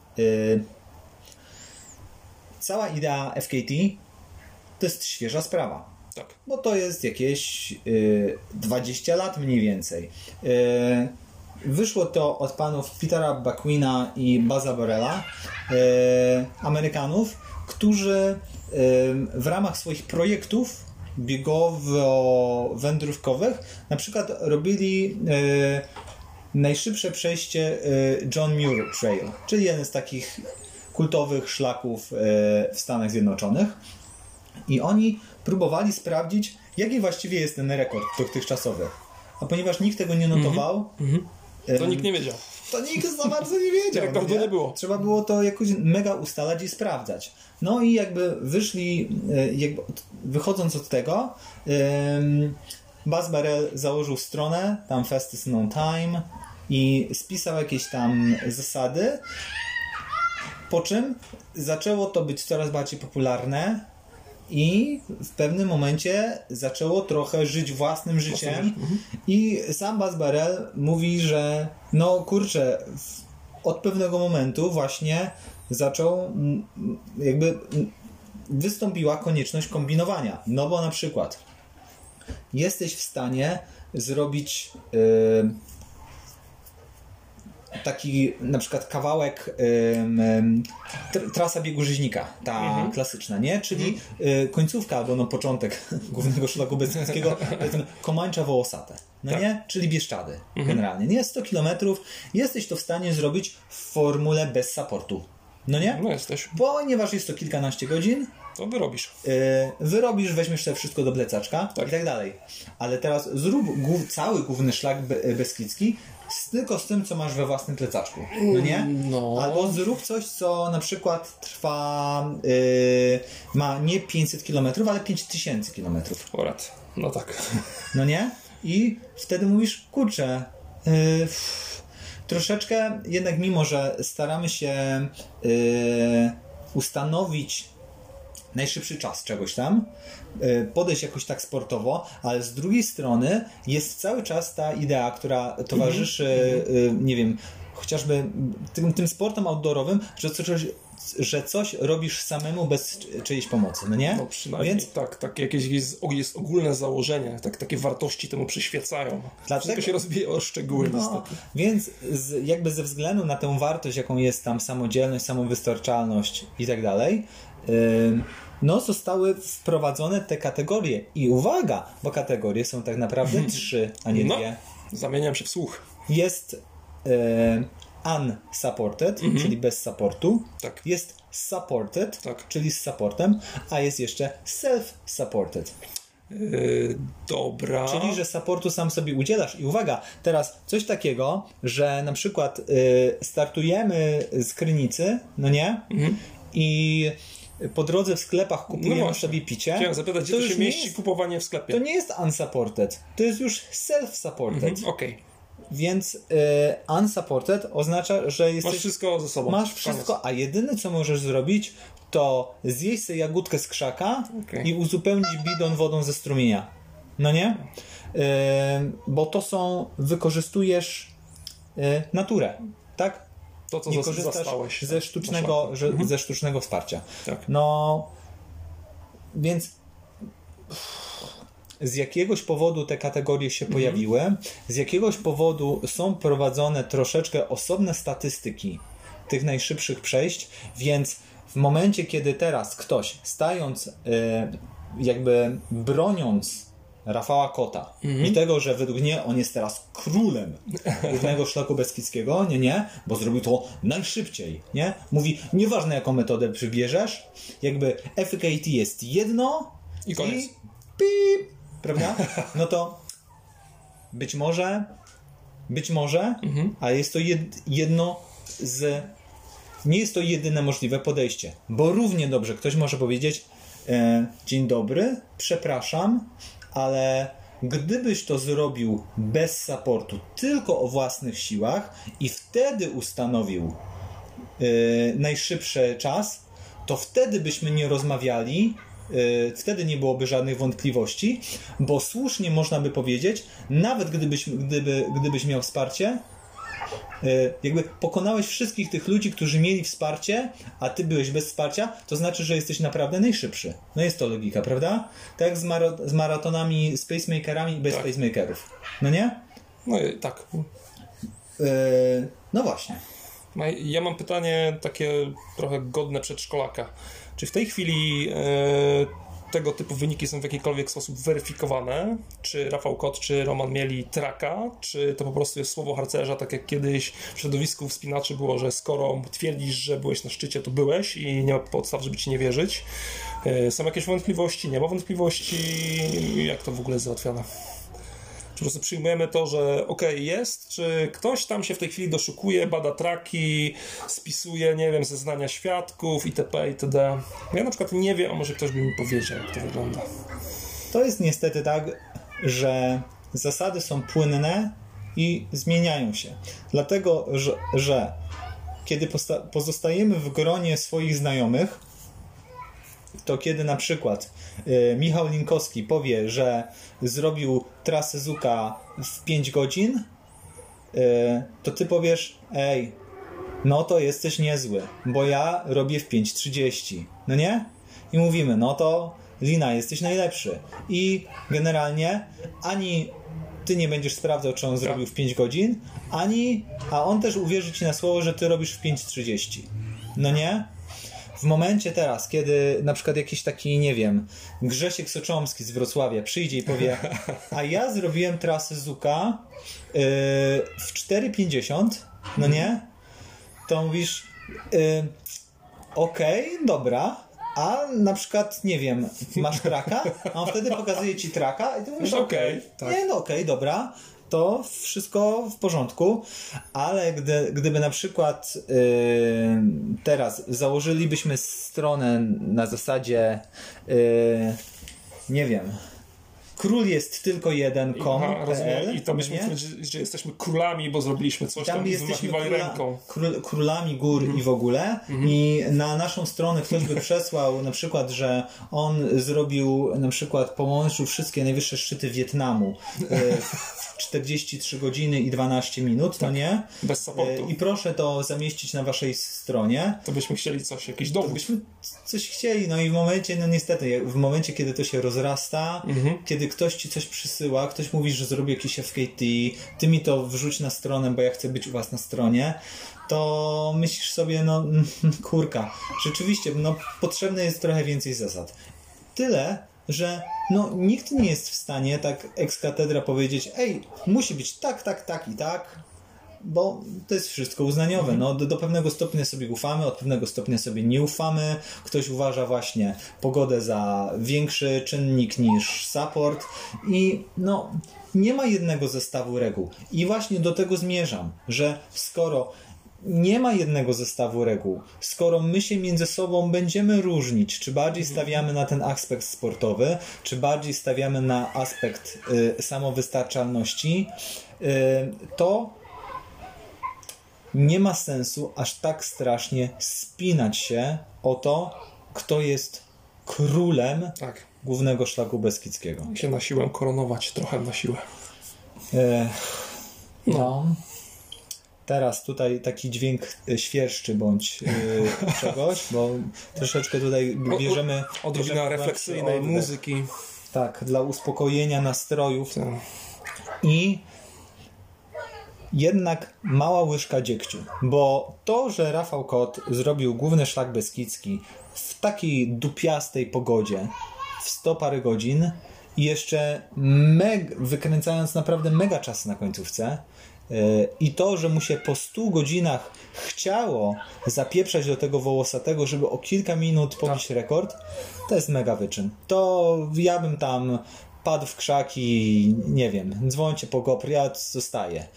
Cała idea FKT to jest świeża sprawa. Tak. Bo to jest jakieś 20 lat mniej więcej. Wyszło to od panów Petera Buckwina i Baza Borella, Amerykanów, którzy w ramach swoich projektów biegowo-wędrówkowych na przykład robili najszybsze przejście John Muir Trail, czyli jeden z takich kultowych szlaków w Stanach Zjednoczonych. I oni próbowali sprawdzić, jaki właściwie jest ten rekord dotychczasowy. A ponieważ nikt tego nie notował, to nikt nie wiedział. To nikt za bardzo nie wiedział. Rekordu nie było. Trzeba było to jakoś mega ustalać i sprawdzać. No i jakby wychodząc od tego, Baz Barel założył stronę, tam Fastest Known Time i spisał jakieś tam zasady, po czym zaczęło to być coraz bardziej popularne i w pewnym momencie zaczęło trochę żyć własnym życiem i sam Baz Barel mówi, że no kurczę, od pewnego momentu właśnie wystąpiła konieczność kombinowania. No bo na przykład jesteś w stanie zrobić taki na przykład kawałek trasa biegu rzeźnika, ta klasyczna, nie? Czyli końcówka albo no początek głównego szlaku beskidzkiego, Komańcza Wołosate, no nie? Czyli Bieszczady generalnie, nie? 100 km jesteś to w stanie zrobić w formule bez supportu, no nie? No jesteś. Ponieważ jest to kilkanaście godzin, to wyrobisz. Wyrobisz, weźmiesz sobie wszystko do plecaczka i tak dalej. Ale teraz zrób cały główny szlak beskidzki tylko z tym, co masz we własnym plecaczku. No nie? No. Albo zrób coś, co na przykład trwa ma nie 500 km, ale 5000 km. Orat. No tak. No nie? I wtedy mówisz, kurczę, troszeczkę jednak mimo, że staramy się ustanowić najszybszy czas czegoś tam, podejść jakoś tak sportowo, ale z drugiej strony jest cały czas ta idea, która towarzyszy, nie wiem, chociażby tym sportom outdoorowym, że coś robisz samemu bez czyjejś pomocy, no nie? No przynajmniej więc tak jakieś jest ogólne założenie, takie wartości temu przyświecają. Wszystko się rozbije o szczegóły niestety. Więc jakby ze względu na tę wartość, jaką jest tam samodzielność, samowystarczalność i tak dalej, no zostały wprowadzone te kategorie. I uwaga, bo kategorie są tak naprawdę 3, a nie 2. Zamieniam się w słuch. Jest unsupported, czyli bez supportu. Tak. Jest supported, czyli z supportem, a jest jeszcze self-supported. Dobra. Czyli, że supportu sam sobie udzielasz. I uwaga, teraz coś takiego, że na przykład startujemy z Krynicy, no nie? I po drodze w sklepach kupujemy sobie picie. Chciałem zapytać, gdzie to się mieści kupowanie w sklepie? To nie jest unsupported. To jest już self-supported. Okej. Więc unsupported oznacza, że jesteś... Masz wszystko ze sobą. Masz wszystko, a jedyne co możesz zrobić, to zjeść sobie jagódkę z krzaka i uzupełnić bidon wodą ze strumienia. No nie? Bo to wykorzystujesz naturę. Tak? To, co nie korzystasz zastałeś, ze sztucznego wsparcia. Tak. No, więc z jakiegoś powodu te kategorie się pojawiły, z jakiegoś powodu są prowadzone troszeczkę osobne statystyki tych najszybszych przejść, więc w momencie, kiedy teraz ktoś stając, jakby broniąc Rafała Kota i tego, że według mnie on jest teraz królem głównego szlaku beskidzkiego, nie, bo zrobił to najszybciej, nie? Mówi, nieważne jaką metodę wybierzesz, jakby FKT jest jedno i koniec. Pip, prawda? No to być może, ale jest to jedno z... Nie jest to jedyne możliwe podejście, bo równie dobrze ktoś może powiedzieć dzień dobry, przepraszam, ale gdybyś to zrobił bez supportu, tylko o własnych siłach i wtedy ustanowił najszybszy czas, to wtedy byśmy nie rozmawiali, wtedy nie byłoby żadnych wątpliwości, bo słusznie można by powiedzieć, nawet gdybyś miał wsparcie, jakby pokonałeś wszystkich tych ludzi, którzy mieli wsparcie, a ty byłeś bez wsparcia, to znaczy, że jesteś naprawdę najszybszy. No jest to logika, prawda? Tak jak z maratonami, z pacemakerami i bez pacemakerów. No nie? No tak. No właśnie. Ja mam pytanie takie trochę godne przedszkolaka. Czy w tej chwili tego typu wyniki są w jakikolwiek sposób weryfikowane? Czy Rafał Kot, czy Roman mieli traka? Czy to po prostu jest słowo harcerza, tak jak kiedyś w środowisku wspinaczy było, że skoro twierdzisz, że byłeś na szczycie, to byłeś i nie ma podstaw, żeby ci nie wierzyć? Są jakieś wątpliwości? Nie ma wątpliwości? Jak to w ogóle jest załatwiane? Czy po prostu przyjmujemy to, że jest, czy ktoś tam się w tej chwili doszukuje, bada traki, spisuje, nie wiem, zeznania świadków itp. itd. Ja na przykład nie wiem, a może ktoś by mi powiedział, jak to wygląda. To jest niestety tak, że zasady są płynne i zmieniają się. Dlatego, że kiedy pozostajemy w gronie swoich znajomych, to kiedy na przykład Michał Linkowski powie, że zrobił trasę Zuka w 5 godzin, to ty powiesz, no to jesteś niezły, bo ja robię w 5:30, no nie? I mówimy, no to Lina, jesteś najlepszy. I generalnie ani ty nie będziesz sprawdzał, czy on zrobił w 5 godzin, a on też uwierzy ci na słowo, że ty robisz w 5:30. No nie? W momencie teraz, kiedy na przykład jakiś taki, nie wiem, Grzesiek Soczomski z Wrocławia przyjdzie i powie, a ja zrobiłem trasę Zuka w 4:50, no nie? To mówisz, okej, dobra, a na przykład, nie wiem, masz traka, a on wtedy pokazuje ci traka i ty mówisz, okej, tak. Nie, no okej, dobra, to wszystko w porządku, ale gdyby na przykład teraz założylibyśmy stronę na zasadzie nie wiem, król jest tylko jeden.com.pl i to byśmy powiedzieli, że jesteśmy królami, bo zrobiliśmy coś tam i wymachywali ręką. Królami gór i w ogóle. I na naszą stronę ktoś by przesłał na przykład, że on zrobił, na przykład połączył wszystkie najwyższe szczyty Wietnamu w 43 godziny i 12 minut, to nie? Bez supportu. I proszę to zamieścić na waszej stronie. To byśmy chcieli coś, jakiś dowód. To byśmy coś chcieli, no i w momencie, no niestety, w momencie, kiedy to się rozrasta, kiedy ktoś ci coś przysyła, ktoś mówi, że zrobi jakiś FKT, ty mi to wrzuć na stronę, bo ja chcę być u was na stronie, to myślisz sobie, no kurka, rzeczywiście, no potrzebne jest trochę więcej zasad. Tyle, że no nikt nie jest w stanie tak ex cathedra powiedzieć, ej, musi być tak, tak, tak i tak, bo to jest wszystko uznaniowe. No, do pewnego stopnia sobie ufamy, od pewnego stopnia sobie nie ufamy. Ktoś uważa właśnie pogodę za większy czynnik niż support i no, nie ma jednego zestawu reguł. I właśnie do tego zmierzam, że skoro nie ma jednego zestawu reguł, skoro my się między sobą będziemy różnić, czy bardziej stawiamy na ten aspekt sportowy, czy bardziej stawiamy na aspekt samowystarczalności, to nie ma sensu aż tak strasznie spinać się o to, kto jest królem głównego szlaku beskidzkiego. Się na siłę koronować, trochę na siłę. No. Teraz tutaj taki dźwięk świerszczy bądź czegoś, bo troszeczkę tutaj bierzemy odrobina refleksyjnej muzyki. Tak, dla uspokojenia nastrojów. I jednak mała łyżka dziegciu, bo to, że Rafał Kot zrobił główny szlak beskidzki w takiej dupiastej pogodzie w 100 parę godzin i jeszcze wykręcając naprawdę mega czas na końcówce, i to, że mu się po 100 godzinach chciało zapieprzać do tego wołosatego, żeby o kilka minut pobić rekord, to jest mega wyczyn. To ja bym tam padł w krzaki, nie wiem, dzwońcie po GoPro, ja zostaję.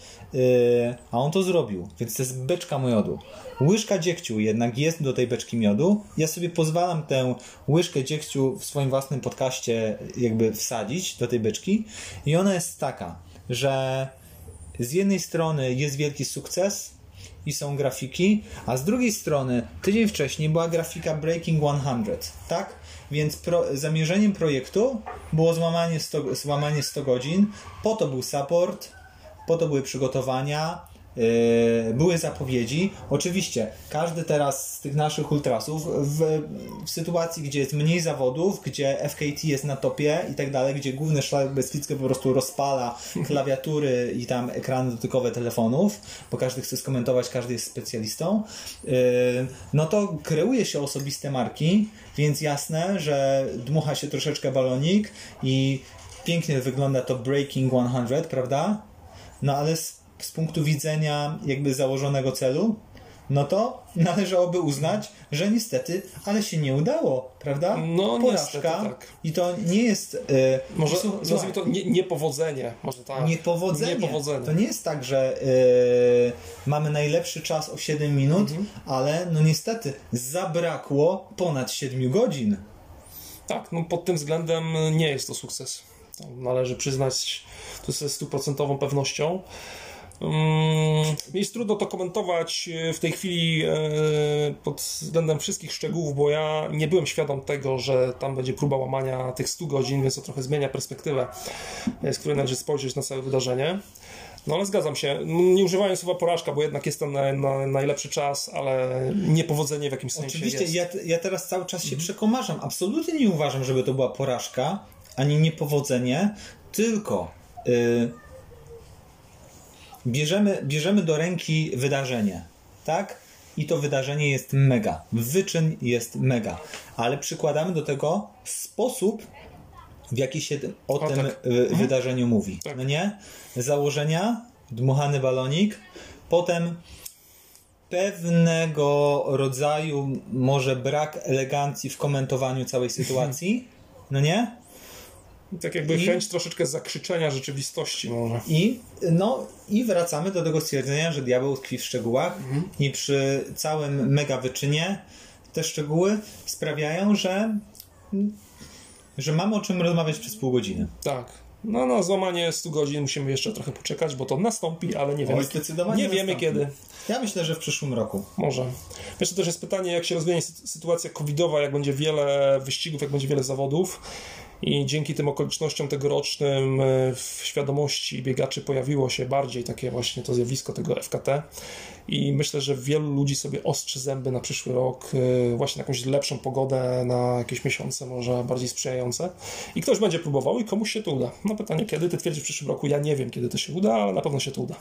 A on to zrobił, więc to jest beczka miodu. Łyżka dziegciu jednak jest do tej beczki miodu. Ja sobie pozwalam tę łyżkę dziegciu w swoim własnym podcaście jakby wsadzić do tej beczki i ona jest taka, że z jednej strony jest wielki sukces i są grafiki, a z drugiej strony tydzień wcześniej była grafika Breaking 100, tak? Więc zamierzeniem projektu było złamanie 100 godzin, po to był support, po to były przygotowania, były zapowiedzi. Oczywiście każdy teraz z tych naszych ultrasów w sytuacji, gdzie jest mniej zawodów, gdzie FKT jest na topie i tak dalej, gdzie główny szlak beskidzki po prostu rozpala klawiatury i tam ekrany dotykowe telefonów, bo każdy chce skomentować, każdy jest specjalistą, no to kreuje się osobiste marki, więc jasne, że dmucha się troszeczkę balonik i pięknie wygląda to Breaking 100, prawda? No ale z punktu widzenia jakby założonego celu, no to należałoby uznać, że niestety, ale się nie udało, prawda? No porażka. Niestety, tak. I to nie jest... może nazwijmy to niepowodzenie. Może tak. Niepowodzenie. To nie jest tak, że mamy najlepszy czas o 7 minut, ale no niestety zabrakło ponad 7 godzin. Tak, no pod tym względem nie jest to sukces. To należy przyznać to ze 100% pewnością. Mi jest trudno to komentować w tej chwili pod względem wszystkich szczegółów, bo ja nie byłem świadom tego, że tam będzie próba łamania tych 100 godzin, więc to trochę zmienia perspektywę, z której należy spojrzeć na całe wydarzenie. No ale zgadzam się, nie używając słowa porażka, bo jednak jest to na najlepszy czas, ale niepowodzenie w jakimś sensie oczywiście, jest. Ja teraz cały czas się przekomarzam. Absolutnie nie uważam, żeby to była porażka, ani niepowodzenie, tylko bierzemy do ręki wydarzenie, tak? I to wydarzenie jest mega. Wyczyn jest mega. Ale przykładamy do tego sposób, w jaki się o tym wydarzeniu mówi. Tak. No nie? Założenia, dmuchany balonik, potem pewnego rodzaju może brak elegancji w komentowaniu całej sytuacji. No nie? Tak jakby chęć troszeczkę zakrzyczenia rzeczywistości może. I wracamy do tego stwierdzenia, że diabeł tkwi w szczegółach i przy całym mega wyczynie te szczegóły sprawiają, że mamy o czym rozmawiać przez pół godziny. Tak. No na złamanie 100 godzin musimy jeszcze trochę poczekać, bo to nastąpi, ale nie wiemy, zdecydowanie wiemy kiedy. Ja myślę, że w przyszłym roku. Może. Jeszcze też jest pytanie, jak się rozwinie sytuacja covidowa, jak będzie wiele wyścigów, jak będzie wiele zawodów. I dzięki tym okolicznościom tegorocznym w świadomości biegaczy pojawiło się bardziej takie właśnie to zjawisko tego FKT i myślę, że wielu ludzi sobie ostrzy zęby na przyszły rok, właśnie na jakąś lepszą pogodę, na jakieś miesiące może bardziej sprzyjające i ktoś będzie próbował i komuś się to uda. No pytanie kiedy? Ty twierdzisz w przyszłym roku, ja nie wiem kiedy to się uda, ale na pewno się to uda.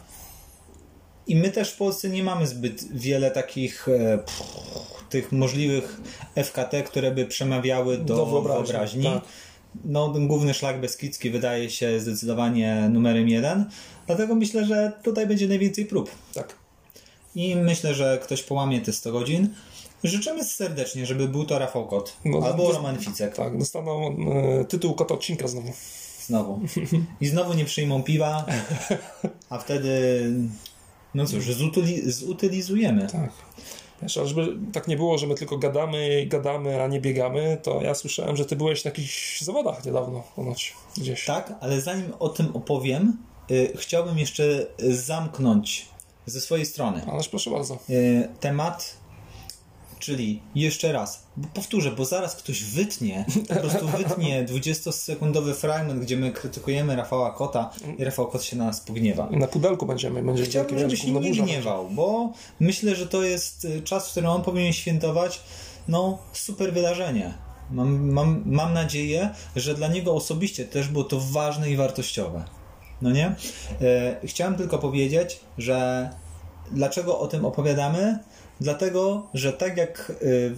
I my też w Polsce nie mamy zbyt wiele takich tych możliwych FKT, które by przemawiały do wyobraźni. Tak. No, ten główny szlak beskidzki wydaje się zdecydowanie numerem 1, dlatego myślę, że tutaj będzie najwięcej prób. Tak. I myślę, że ktoś połamie te 100 godzin. Życzymy serdecznie, żeby był to Rafał Kot albo Roman Ficek. Tak, dostaną tytuł Kota odcinka znowu. I znowu nie przyjmą piwa, a wtedy no cóż, zutylizujemy. Tak. Wiesz, ale żeby tak nie było, że my tylko gadamy, a nie biegamy, to ja słyszałem, że ty byłeś na jakichś zawodach niedawno ponoć gdzieś. Tak, ale zanim o tym opowiem, chciałbym jeszcze zamknąć ze swojej strony. Ależ proszę bardzo. Temat, czyli jeszcze raz, powtórzę, bo zaraz ktoś po prostu wytnie 20-sekundowy fragment, gdzie my krytykujemy Rafała Kota i Rafał Kot się na nas pogniewa. I na pudelku będzie chciałbym, żeby się nie gniewał, bo myślę, że to jest czas, w którym on powinien świętować super wydarzenie. Mam nadzieję, że dla niego osobiście też było to ważne i wartościowe. No nie? Chciałem tylko powiedzieć, że dlaczego o tym opowiadamy? Dlatego, że tak jak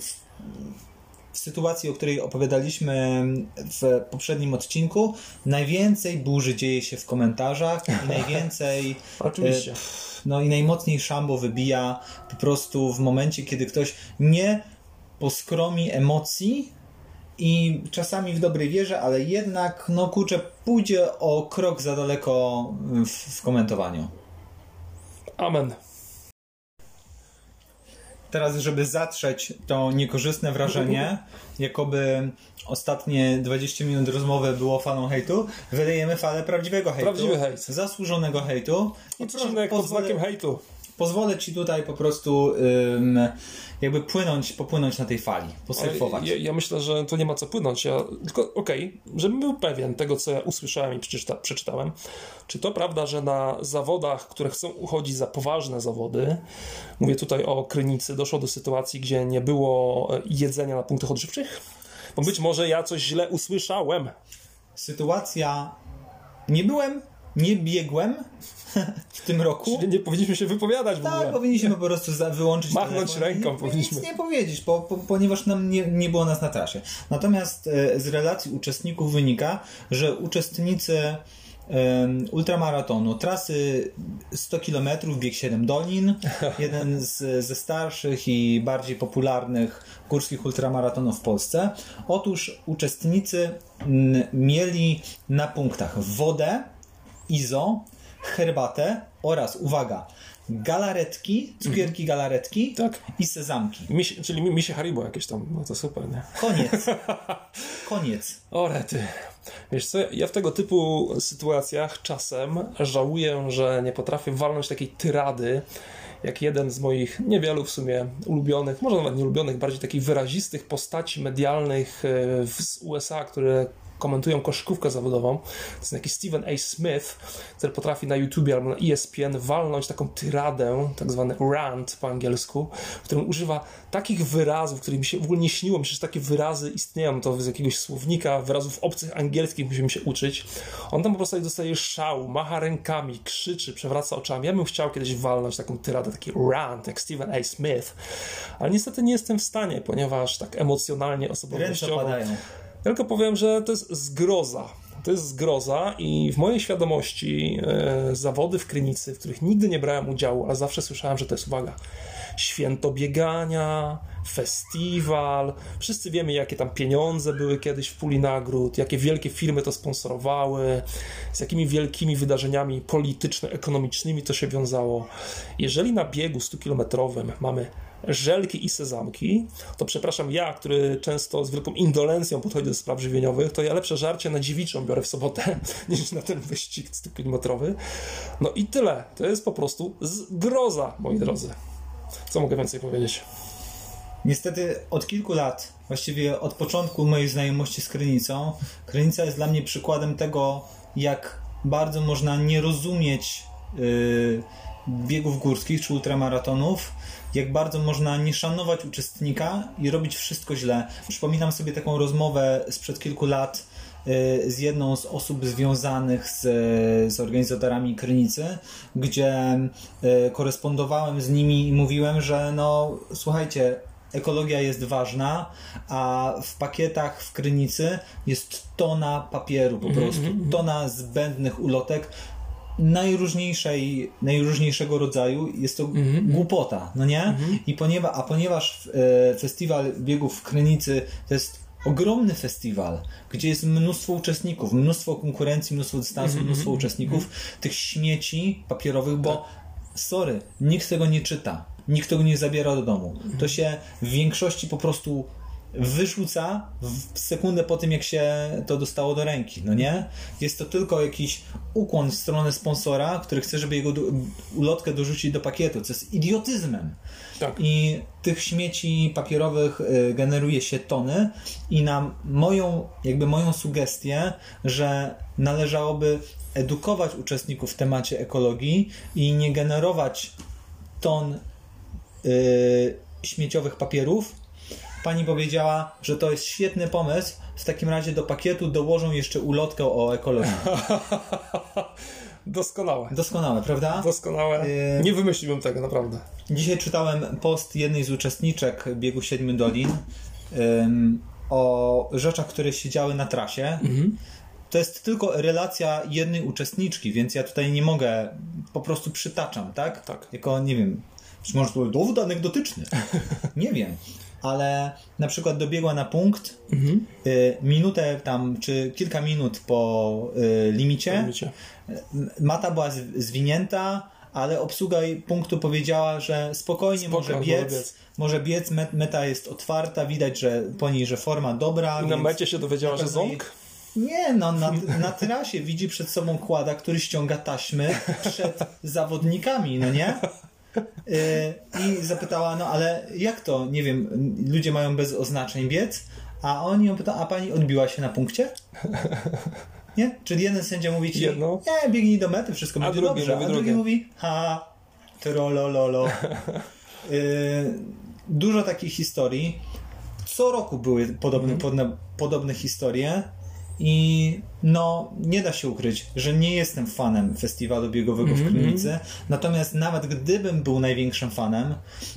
w sytuacji, o której opowiadaliśmy w poprzednim odcinku, najwięcej burzy dzieje się w komentarzach i najwięcej oczywiście. I najmocniej szambo wybija po prostu w momencie, kiedy ktoś nie poskromi emocji i czasami w dobrej wierze, ale jednak pójdzie o krok za daleko w komentowaniu. Amen. Teraz, żeby zatrzeć to niekorzystne wrażenie, jakoby ostatnie 20 minut rozmowy było falą hejtu, wydajemy falę prawdziwego hejtu. Prawdziwy hejt. Zasłużonego hejtu. Odcinek pod znakiem hejtu. Pozwolę Ci tutaj po prostu jakby popłynąć na tej fali, posurfować. Ja myślę, że tu nie ma co płynąć. Tylko żebym był pewien tego, co ja usłyszałem i przeczytałem. Czy to prawda, że na zawodach, które chcą uchodzić za poważne zawody, mówię tutaj o Krynicy, doszło do sytuacji, gdzie nie było jedzenia na punktach odżywczych? Bo być może ja coś źle usłyszałem. Sytuacja... Nie biegłem w tym roku. Czyli nie powinniśmy się wypowiadać w ogóle. Tak, powinniśmy po prostu wyłączyć machnąć ręką powinniśmy. Nic nie powiedzieć, ponieważ nam nie było nas na trasie. Natomiast z relacji uczestników wynika, że uczestnicy ultramaratonu, trasy 100 km, bieg 7 dolin, jeden ze starszych i bardziej popularnych górskich ultramaratonów w Polsce. Otóż uczestnicy mieli na punktach wodę, izo, herbatę oraz, uwaga, galaretki, cukierki galaretki i sezamki. Czyli misie Haribo jakieś tam, no to super, nie? Koniec. O rety. Wiesz co, ja w tego typu sytuacjach czasem żałuję, że nie potrafię walnąć takiej tyrady, jak jeden z moich niewielu w sumie ulubionych, może nawet nie ulubionych, bardziej takich wyrazistych postaci medialnych z USA, które komentują koszykówkę zawodową. To jest jakiś Stephen A. Smith, który potrafi na YouTubie albo na ESPN walnąć taką tyradę, tak zwany rant po angielsku, w którym używa takich wyrazów, które mi się w ogóle nie śniło. Myślę, że takie wyrazy istnieją, to z jakiegoś słownika wyrazów obcych angielskich musimy się uczyć. On tam po prostu dostaje szału, macha rękami, krzyczy, przewraca oczami. Ja bym chciał kiedyś walnąć taką tyradę, taki rant, jak Stephen A. Smith, ale niestety nie jestem w stanie, ponieważ tak emocjonalnie, osobowościowo... Ręce padają. Tylko powiem, że to jest zgroza. To jest zgroza i w mojej świadomości zawody w Krynicy, w których nigdy nie brałem udziału, ale zawsze słyszałem, że to jest, uwaga, święto biegania, festiwal. Wszyscy wiemy, jakie tam pieniądze były kiedyś w puli nagród, jakie wielkie firmy to sponsorowały, z jakimi wielkimi wydarzeniami polityczno-ekonomicznymi to się wiązało. Jeżeli na biegu 100-kilometrowym mamy żelki i sezamki, to przepraszam, ja, który często z wielką indolencją podchodzi do spraw żywieniowych, to ja lepsze żarcie na dziewiczą biorę w sobotę niż na ten wyścig 100-kilometrowy. No i tyle. To jest po prostu zgroza, moi drodzy. Co mogę więcej powiedzieć? Niestety od kilku lat, właściwie od początku mojej znajomości z Krynicą, Krynica jest dla mnie przykładem tego, jak bardzo można nie rozumieć biegów górskich czy ultramaratonów, jak bardzo można nie szanować uczestnika i robić wszystko źle. Przypominam sobie taką rozmowę sprzed kilku lat z jedną z osób związanych z organizatorami Krynicy, gdzie korespondowałem z nimi i mówiłem, że no słuchajcie, ekologia jest ważna, a w pakietach w Krynicy jest tona papieru po prostu, tona zbędnych ulotek, najróżniejszego rodzaju. Jest to głupota, no nie? Ponieważ festiwal biegów w Krynicy to jest ogromny festiwal, gdzie jest mnóstwo uczestników, mnóstwo konkurencji, mnóstwo dystansów, mnóstwo uczestników, tych śmieci papierowych, bo sorry, nikt tego nie czyta, nikt tego nie zabiera do domu. To się w większości po prostu wyrzuca w sekundę po tym, jak się to dostało do ręki, no nie? Jest to tylko jakiś ukłon w stronę sponsora, który chce, żeby jego ulotkę dorzucić do pakietu, co jest idiotyzmem. Tak. I tych śmieci papierowych generuje się tony i na moją sugestię, że należałoby edukować uczestników w temacie ekologii i nie generować ton śmieciowych papierów. Pani powiedziała, że to jest świetny pomysł. W takim razie do pakietu dołożą jeszcze ulotkę o ekologii. Doskonałe, prawda? Doskonałe. Nie wymyśliłbym tego, naprawdę. Dzisiaj czytałem post jednej z uczestniczek biegu 7 dolin o rzeczach, które się działy na trasie. To jest tylko relacja jednej uczestniczki, więc ja tutaj nie mogę, po prostu przytaczam, tak? Tak. Jako, nie wiem, czy może to dowód anegdotyczny. Nie wiem. Ale na przykład dobiegła na punkt minutę tam, czy kilka minut po limicie. Mata była zwinięta, ale obsługa punktu powiedziała, że spokojnie może biec, meta jest otwarta, widać, że po niej, że forma dobra. I na mecie się dowiedziała, że ząg? Nie, no na trasie widzi przed sobą kłada, który ściąga taśmy przed zawodnikami, no nie? I zapytała, no ale jak to, nie wiem, ludzie mają bez oznaczeń biec, a oni ją pytają, a pani odbiła się na punkcie? Nie? Czyli jeden sędzia mówi ci, nie, biegnij do mety, wszystko będzie dobrze, a drugi mówi, trolololo. Dużo takich historii. Co roku były podobne historie. I no, nie da się ukryć, że nie jestem fanem festiwalu biegowego w Krynicy. Natomiast nawet gdybym był największym fanem,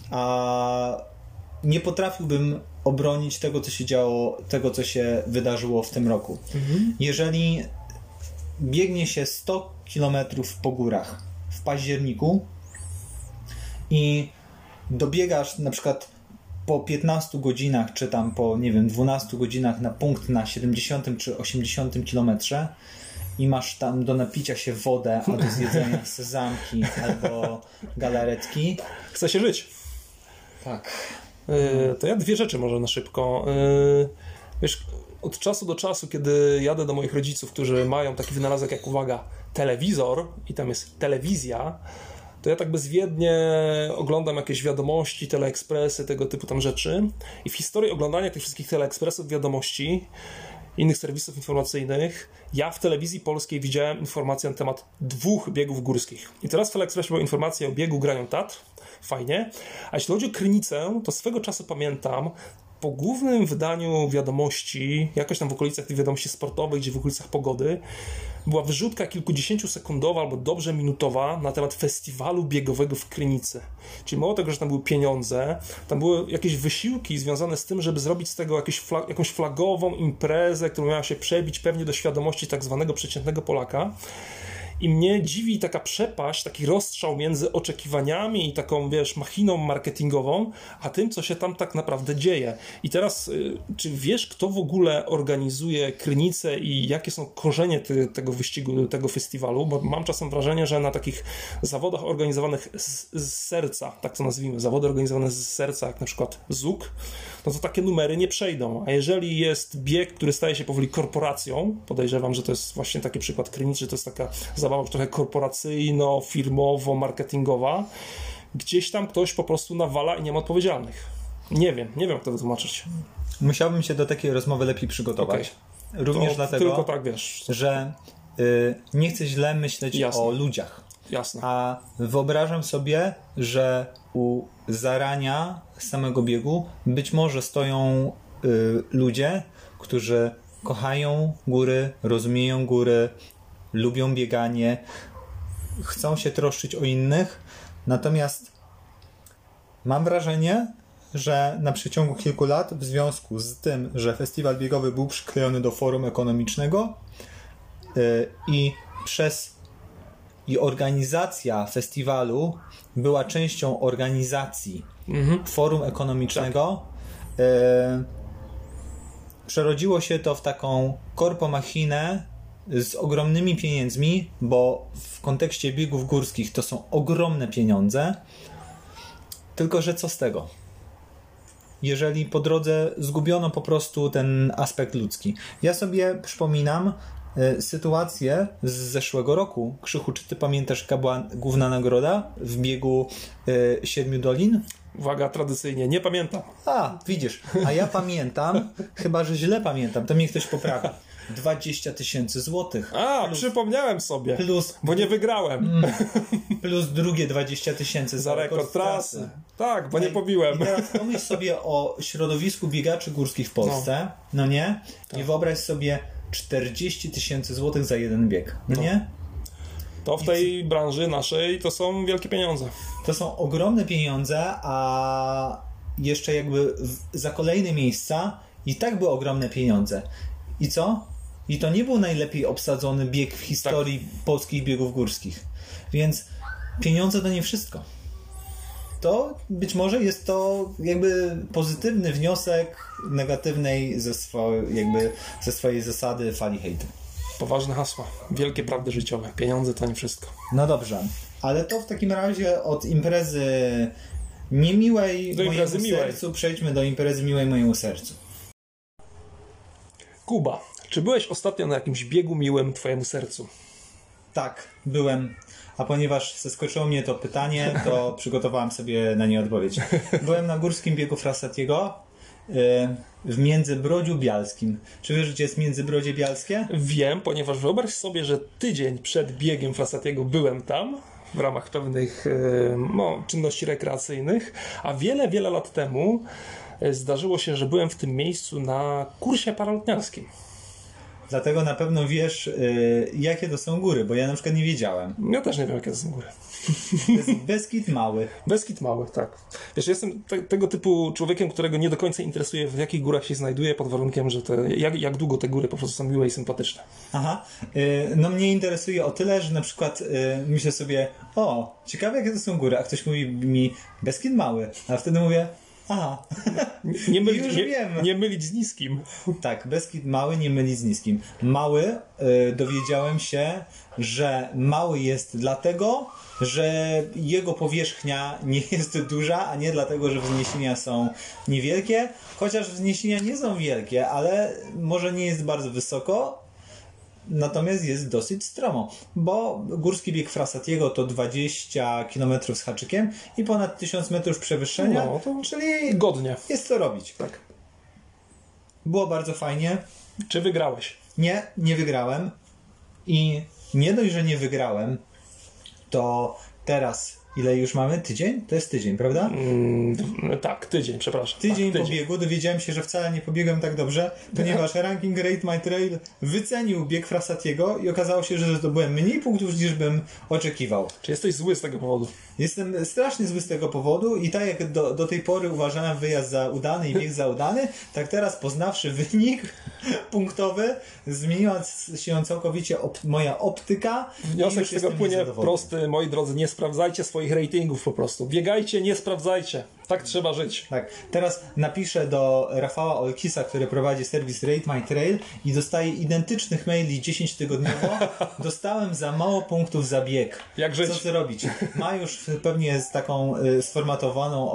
nie potrafiłbym obronić tego, co się działo, tego, co się wydarzyło w tym roku. Jeżeli biegnie się 100 km po górach w październiku i dobiegasz na przykład po 15 godzinach, czy tam po, nie wiem, 12 godzinach na punkt na 70 czy 80 kilometrze i masz tam do napicia się wodę, a do zjedzenia sezamki albo galaretki. Chce się żyć. Tak. To ja dwie rzeczy może na szybko. Wiesz, od czasu do czasu, kiedy jadę do moich rodziców, którzy mają taki wynalazek jak, uwaga, telewizor i tam jest telewizja, to ja tak bezwiednie oglądam jakieś wiadomości, teleekspresy, tego typu tam rzeczy. I w historii oglądania tych wszystkich teleekspresów, wiadomości, innych serwisów informacyjnych, ja w telewizji polskiej widziałem informację na temat 2 biegów górskich. I teraz w Teleekspresie była informacja o biegu Granią Tatr, fajnie. A jeśli chodzi o Krynicę, to swego czasu pamiętam, po głównym wydaniu wiadomości, jakoś tam w okolicach tych wiadomości sportowych, gdzie w okolicach pogody, była wyrzutka kilkudziesięciosekundowa albo dobrze minutowa na temat festiwalu biegowego w Krynicy. Czyli mało tego, że tam były pieniądze, tam były jakieś wysiłki związane z tym, żeby zrobić z tego jakąś flagową imprezę, która miała się przebić pewnie do świadomości tak zwanego przeciętnego Polaka. I mnie dziwi taka przepaść, taki rozstrzał między oczekiwaniami i taką, wiesz, machiną marketingową, a tym, co się tam tak naprawdę dzieje. I teraz, czy wiesz, kto w ogóle organizuje Krynicę i jakie są korzenie tego wyścigu, tego festiwalu? Bo mam czasem wrażenie, że na takich zawodach organizowanych z serca, tak to nazwijmy, zawody organizowane z serca, jak na przykład ZUK, no to takie numery nie przejdą. A jeżeli jest bieg, który staje się powoli korporacją, podejrzewam, że to jest właśnie taki przykład Krynicy, że to jest taka zabawa już trochę korporacyjno, firmowo, marketingowa, gdzieś tam ktoś po prostu nawala i nie ma odpowiedzialnych. Nie wiem jak to wytłumaczyć. Musiałbym się do takiej rozmowy lepiej przygotować. Okay. Również to dlatego, tylko tak, wiesz, że nie chcę źle myśleć o ludziach. Jasne. A wyobrażam sobie, że u zarania samego biegu być może stoją ludzie, którzy kochają góry, rozumieją góry, lubią bieganie, chcą się troszczyć o innych, natomiast mam wrażenie, że na przeciągu kilku lat w związku z tym, że festiwal biegowy był przyklejony do forum ekonomicznego i organizacja festiwalu była częścią organizacji forum ekonomicznego, przerodziło się to w taką korpomachinę z ogromnymi pieniędzmi, bo w kontekście biegów górskich to są ogromne pieniądze, tylko że co z tego? Jeżeli po drodze zgubiono po prostu ten aspekt ludzki. Ja sobie przypominam sytuację z zeszłego roku. Krzychu, czy ty pamiętasz, jaka była główna nagroda w biegu 7 dolin? Uwaga, tradycyjnie, nie pamiętam. A, widzisz, a ja pamiętam, chyba że źle pamiętam, to mnie ktoś poprawi. 20 000 złotych. A, przypomniałem sobie, bo nie wygrałem. Plus drugie 20 000 za rekord trasy. Tak, bo nie pobiłem. I teraz pomyśl sobie o środowisku biegaczy górskich w Polsce, no nie? Tak. I wyobraź sobie 40 000 złotych za jeden bieg, no nie? To w tej branży naszej to są wielkie pieniądze. To są ogromne pieniądze, a jeszcze jakby za kolejne miejsca i tak były ogromne pieniądze. I co? I to nie był najlepiej obsadzony bieg w historii polskich biegów górskich. Więc pieniądze to nie wszystko. To być może jest to jakby pozytywny wniosek negatywnej ze swojej zasady fali hejtu. Poważne hasła. Wielkie prawdy życiowe. Pieniądze to nie wszystko. No dobrze. Ale to w takim razie od imprezy niemiłej mojemu sercu przejdźmy do imprezy miłej mojemu sercu. Kuba, czy byłeś ostatnio na jakimś biegu miłym twojemu sercu? Tak, byłem. A ponieważ zaskoczyło mnie to pytanie, to przygotowałem sobie na nie odpowiedź. Byłem na górskim biegu Frasatiego w Międzybrodziu Bialskim. Czy wiesz, gdzie jest Międzybrodzie Bialskie? Wiem, ponieważ wyobraź sobie, że tydzień przed biegiem Frasatiego byłem tam w ramach pewnych czynności rekreacyjnych, a wiele lat temu zdarzyło się, że byłem w tym miejscu na kursie paralotniarskim. Dlatego na pewno wiesz, jakie to są góry, bo ja na przykład nie wiedziałem. Ja też nie wiem, jakie to są góry. To jest Beskid Mały. Beskid Mały, tak. Wiesz, jestem tego typu człowiekiem, którego nie do końca interesuje, w jakich górach się znajduje, pod warunkiem, że jak długo te góry po prostu są miłe i sympatyczne. Aha. No mnie interesuje o tyle, że na przykład myślę sobie, ciekawe jakie to są góry, a ktoś mówi mi Beskid Mały, a wtedy mówię, aha. Nie mylić z niskim. Tak, Beskid Mały nie mylić z niskim. Mały, dowiedziałem się, że mały jest dlatego, że jego powierzchnia nie jest duża, a nie dlatego, że wzniesienia są niewielkie, chociaż wzniesienia nie są wielkie, ale może nie jest bardzo wysoko, natomiast jest dosyć stromo, bo górski bieg Frasatiego to 20 km z haczykiem i ponad 1000 metrów przewyższenia, czyli godnie jest co robić. Tak. Było bardzo fajnie. Czy wygrałeś? Nie wygrałem. I nie dość, że nie wygrałem, to teraz, ile już mamy? Tydzień? To jest tydzień, prawda? Tak, tydzień, przepraszam. Tydzień tak, pobiegu, dowiedziałem się, że wcale nie pobiegłem tak dobrze, ponieważ ranking Rate My Trail wycenił bieg Frassatiego i okazało się, że zdobyłem mniej punktów niż bym oczekiwał. Czy jesteś zły z tego powodu? Jestem strasznie zły z tego powodu i tak jak do tej pory uważałem wyjazd za udany i bieg za udany, tak teraz poznawszy wynik punktowy, zmieniła się całkowicie moja optyka. Wniosek z tego płynie prosty, moi drodzy, nie sprawdzajcie swoich ratingów po prostu. Biegajcie, nie sprawdzajcie. Tak trzeba żyć. Tak, teraz napiszę do Rafała Olkisa, który prowadzi serwis Rate My Trail i dostaję identycznych maili 10-tygodniowo. Dostałem za mało punktów za bieg. Jak żyć? Co ty robić? Ma już pewnie z taką sformatowaną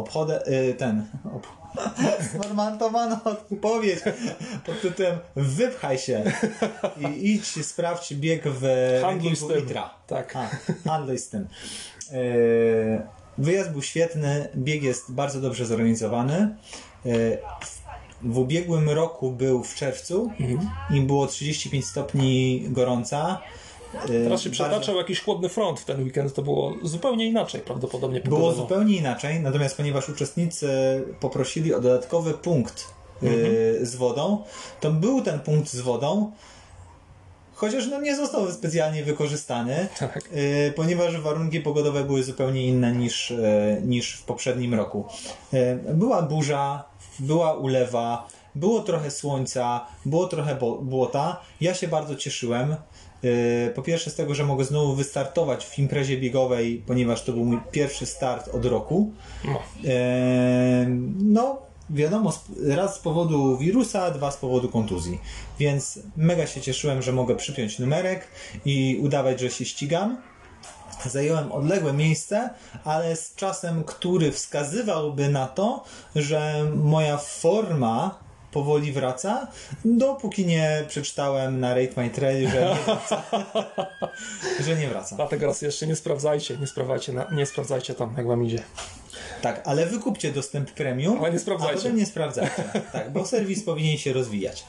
sformatowaną odpowiedź pod tytułem wypchaj się i idź sprawdź bieg w rankingu ITRA. Tak. Handluj z tym. Wyjazd był świetny, bieg jest bardzo dobrze zorganizowany. W ubiegłym roku był w czerwcu i było 35 stopni gorąca. Teraz się przetaczał jakiś chłodny front w ten weekend, to było zupełnie inaczej prawdopodobnie. Było zupełnie inaczej, natomiast ponieważ uczestnicy poprosili o dodatkowy punkt z wodą, to był ten punkt z wodą, chociaż nie został specjalnie wykorzystany, tak. Ponieważ warunki pogodowe były zupełnie inne niż w poprzednim roku. Była burza, była ulewa, było trochę słońca, było trochę błota. Ja się bardzo cieszyłem. Po pierwsze z tego, że mogę znowu wystartować w imprezie biegowej, ponieważ to był mój pierwszy start od roku. Wiadomo, raz z powodu wirusa, dwa z powodu kontuzji. Więc mega się cieszyłem, że mogę przypiąć numerek i udawać, że się ścigam. Zająłem odległe miejsce, ale z czasem, który wskazywałby na to, że moja forma powoli wraca, dopóki nie przeczytałem na Rate My Trail, że nie wraca. Że nie wraca. Dlatego raz jeszcze nie sprawdzajcie tam, jak wam idzie. Tak, ale wykupcie dostęp premium, ale nie sprawdzajcie. A potem nie sprawdzajcie. Tak, bo serwis powinien się rozwijać.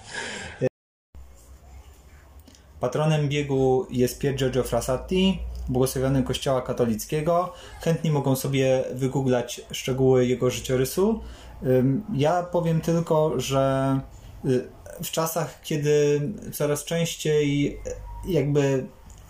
Patronem biegu jest Pier Giorgio Frassati, błogosławiony Kościoła katolickiego. Chętni mogą sobie wygooglać szczegóły jego życiorysu. Ja powiem tylko, że w czasach, kiedy coraz częściej jakby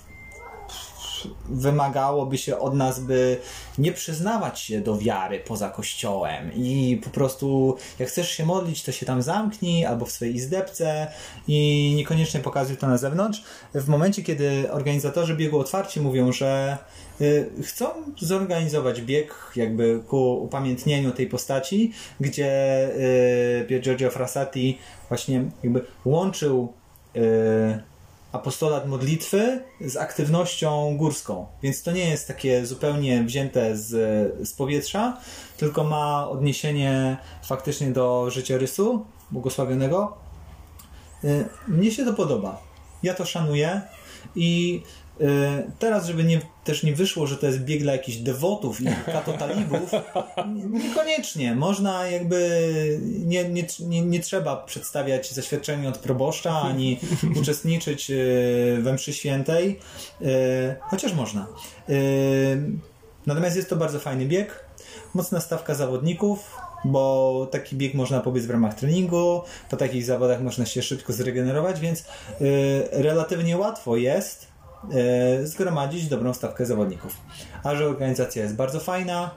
wymagałoby się od nas, by nie przyznawać się do wiary poza Kościołem i po prostu jak chcesz się modlić, to się tam zamknij albo w swojej izdebce i niekoniecznie pokazuj to na zewnątrz. W momencie, kiedy organizatorzy biegu otwarcie mówią, że chcą zorganizować bieg jakby ku upamiętnieniu tej postaci, gdzie Pier Giorgio Frassati właśnie jakby łączył apostolat modlitwy z aktywnością górską. Więc to nie jest takie zupełnie wzięte z powietrza, tylko ma odniesienie faktycznie do życiorysu błogosławionego. Mnie się to podoba. Ja to szanuję i teraz, żeby też nie wyszło, że to jest bieg dla jakichś dewotów i katotalibów, niekoniecznie. Można jakby nie trzeba przedstawiać zaświadczenia od proboszcza, ani uczestniczyć we mszy świętej, chociaż można. Natomiast jest to bardzo fajny bieg, mocna stawka zawodników, bo taki bieg można pobiec w ramach treningu, po takich zawodach można się szybko zregenerować, więc relatywnie łatwo jest zgromadzić dobrą stawkę zawodników. A że organizacja jest bardzo fajna,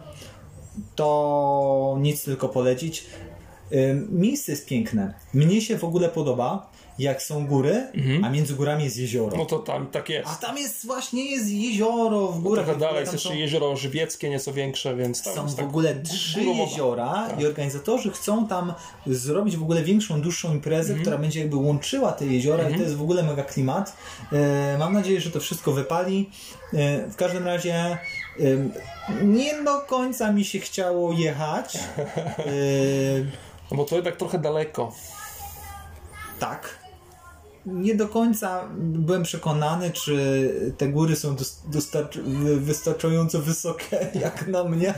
to nic tylko polecić. Miejsce jest piękne. Mnie się w ogóle podoba, jak są góry, a między górami jest jezioro. No to tam tak jest. A tam jest jezioro w górach. Trochę dalej jest jeszcze jezioro żywieckie, nieco większe, więc tam są jest w ogóle 3 jeziora i organizatorzy chcą tam zrobić w ogóle większą, dłuższą imprezę, która będzie jakby łączyła te jeziora i to jest w ogóle mega klimat. Mam nadzieję, że to wszystko wypali. W każdym razie nie do końca mi się chciało jechać. No bo to jednak trochę daleko. Tak. nie do końca byłem przekonany, czy te góry są wystarczająco wysokie jak na mnie.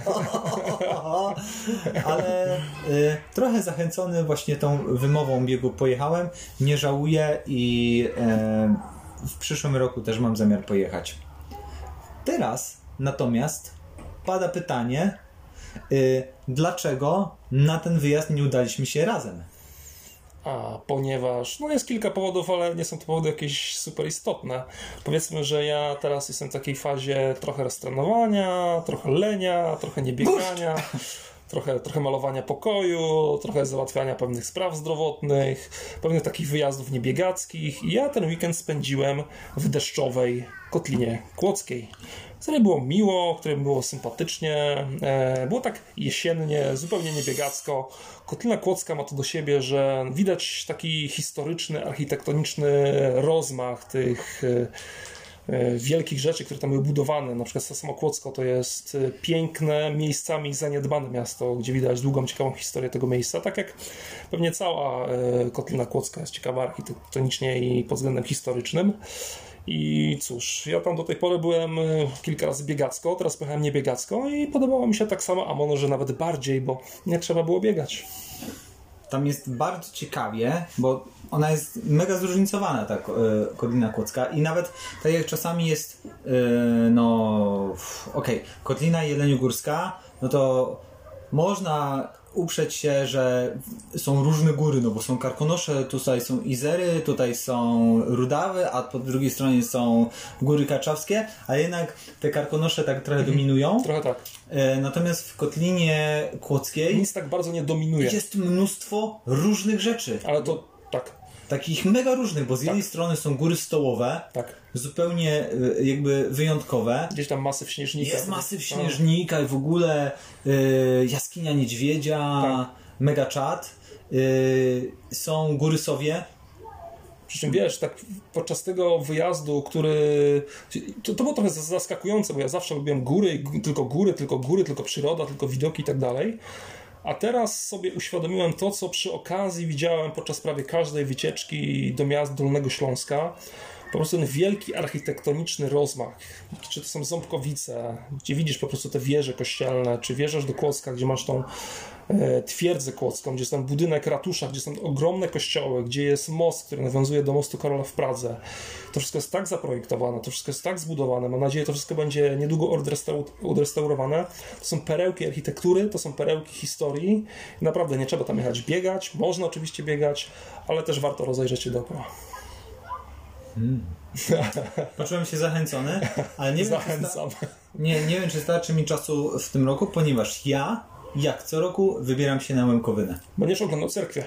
Ale trochę zachęcony właśnie tą wymową biegu pojechałem. Nie żałuję i w przyszłym roku też mam zamiar pojechać. Teraz natomiast pada pytanie, dlaczego na ten wyjazd nie udaliśmy się razem? Ponieważ, jest kilka powodów, ale nie są to powody jakieś super istotne. Powiedzmy, że ja teraz jestem w takiej fazie trochę roztrenowania, trochę lenia, trochę niebiegania, trochę malowania pokoju, trochę załatwiania pewnych spraw zdrowotnych, pewnych takich wyjazdów niebiegackich i ja ten weekend spędziłem w deszczowej Kotlinie Kłodzkiej. W której było miło, w którym było sympatycznie, było tak jesiennie, zupełnie niebiegacko. Kotlina Kłodzka ma to do siebie, że widać taki historyczny, architektoniczny rozmach tych wielkich rzeczy, które tam były budowane. Na przykład samo Kłodzko to jest piękne, miejscami zaniedbane miasto, gdzie widać długą, ciekawą historię tego miejsca. Tak jak pewnie cała Kotlina Kłodzka jest ciekawa architektonicznie i pod względem historycznym. I cóż, ja tam do tej pory byłem kilka razy biegacko, teraz pojechałem niebiegacko i podobało mi się tak samo, a może nawet bardziej, bo nie trzeba było biegać. Tam jest bardzo ciekawie, bo ona jest mega zróżnicowana, ta Kotlina Kłodzka i nawet tak jak czasami jest Kotlina Jeleniogórska, no to można uprzeć się, że są różne góry, no bo są Karkonosze, tutaj są Izery, tutaj są Rudawy, a po drugiej stronie są Góry Kaczawskie, a jednak te Karkonosze tak trochę dominują. Trochę tak. Natomiast w Kotlinie Kłodzkiej nic tak bardzo nie dominuje. Jest mnóstwo różnych rzeczy. Ale to tak. Takich mega różnych, bo z jednej strony są góry stołowe, zupełnie jakby wyjątkowe. Gdzieś tam masyw śnieżnika. Jest masyw śnieżnika i w ogóle jaskinia niedźwiedzia, mega czad. Są góry Sowie. Przy czym wiesz, tak podczas tego wyjazdu, to było trochę zaskakujące, bo ja zawsze lubiłem góry, tylko przyroda, tylko widoki i tak dalej. A teraz sobie uświadomiłem to, co przy okazji widziałem podczas prawie każdej wycieczki do miast Dolnego Śląska. Po prostu ten wielki architektoniczny rozmach. Czy to są Ząbkowice, gdzie widzisz po prostu te wieże kościelne, czy wjeżdżasz do Kłodzka, gdzie masz tą twierdzę kłodzką, gdzie jest tam budynek ratusza, gdzie są ogromne kościoły, gdzie jest most, który nawiązuje do mostu Karola w Pradze. To wszystko jest tak zaprojektowane, to wszystko jest tak zbudowane. Mam nadzieję, że to wszystko będzie niedługo odrestaurowane. To są perełki architektury, to są perełki historii. I naprawdę nie trzeba tam jechać biegać. Można oczywiście biegać, ale też warto rozejrzeć się dookoła. Poczułem się zachęcony, ale nie wiem, Zachęcam. Nie wiem, czy starczy mi czasu w tym roku, ponieważ ja, jak co roku, wybieram się na Łękowynę. Będziesz oglądał cerkwię.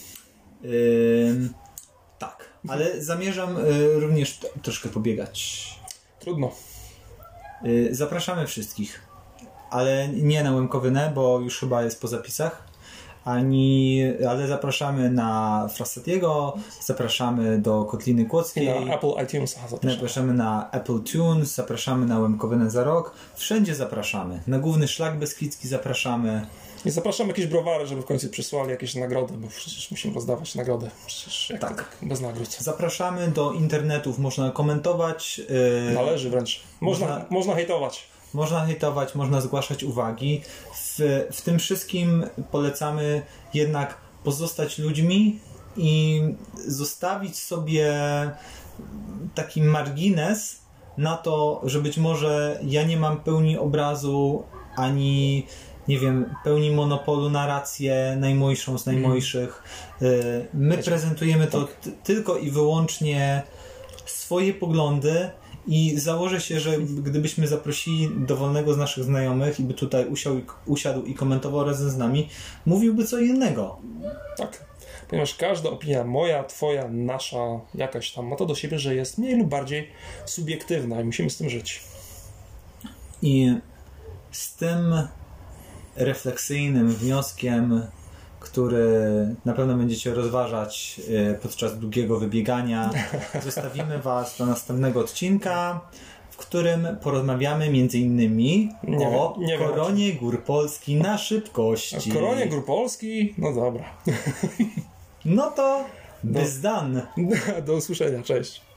Tak, ale zamierzam również troszkę pobiegać. Trudno. Zapraszamy wszystkich, ale nie na Łękowynę, bo już chyba jest po zapisach. Ale zapraszamy na Frassatiego, zapraszamy do Kotliny Kłodzkiej, na Apple iTunes zapraszamy na Apple Tunes, zapraszamy na Łękowynę za rok, wszędzie zapraszamy, na Główny Szlak Beskidzki zapraszamy. I zapraszamy jakieś browary, żeby w końcu przysłali jakieś nagrody, bo przecież musimy rozdawać nagrody, przecież jak tak bez nagród. Zapraszamy do internetów, można komentować. Należy wręcz. Można hejtować. Można hejtować, można zgłaszać uwagi. W tym wszystkim polecamy jednak pozostać ludźmi i zostawić sobie taki margines na to, że być może ja nie mam pełni obrazu ani, nie wiem, pełni monopolu na rację najmojszą z najmojszych. My prezentujemy to tylko i wyłącznie swoje poglądy. I założę się, że gdybyśmy zaprosili dowolnego z naszych znajomych i by tutaj usiadł i komentował razem z nami, mówiłby co innego. Tak, ponieważ każda opinia moja, twoja, nasza, jakaś tam ma to do siebie, że jest mniej lub bardziej subiektywna i musimy z tym żyć. I z tym refleksyjnym wnioskiem, który na pewno będziecie rozważać podczas długiego wybiegania, zostawimy Was do następnego odcinka, w którym porozmawiamy m.in. o Koronie Gór Polski na szybkości. O Koronie Gór Polski? No dobra. No to Bezdan. Do usłyszenia, cześć.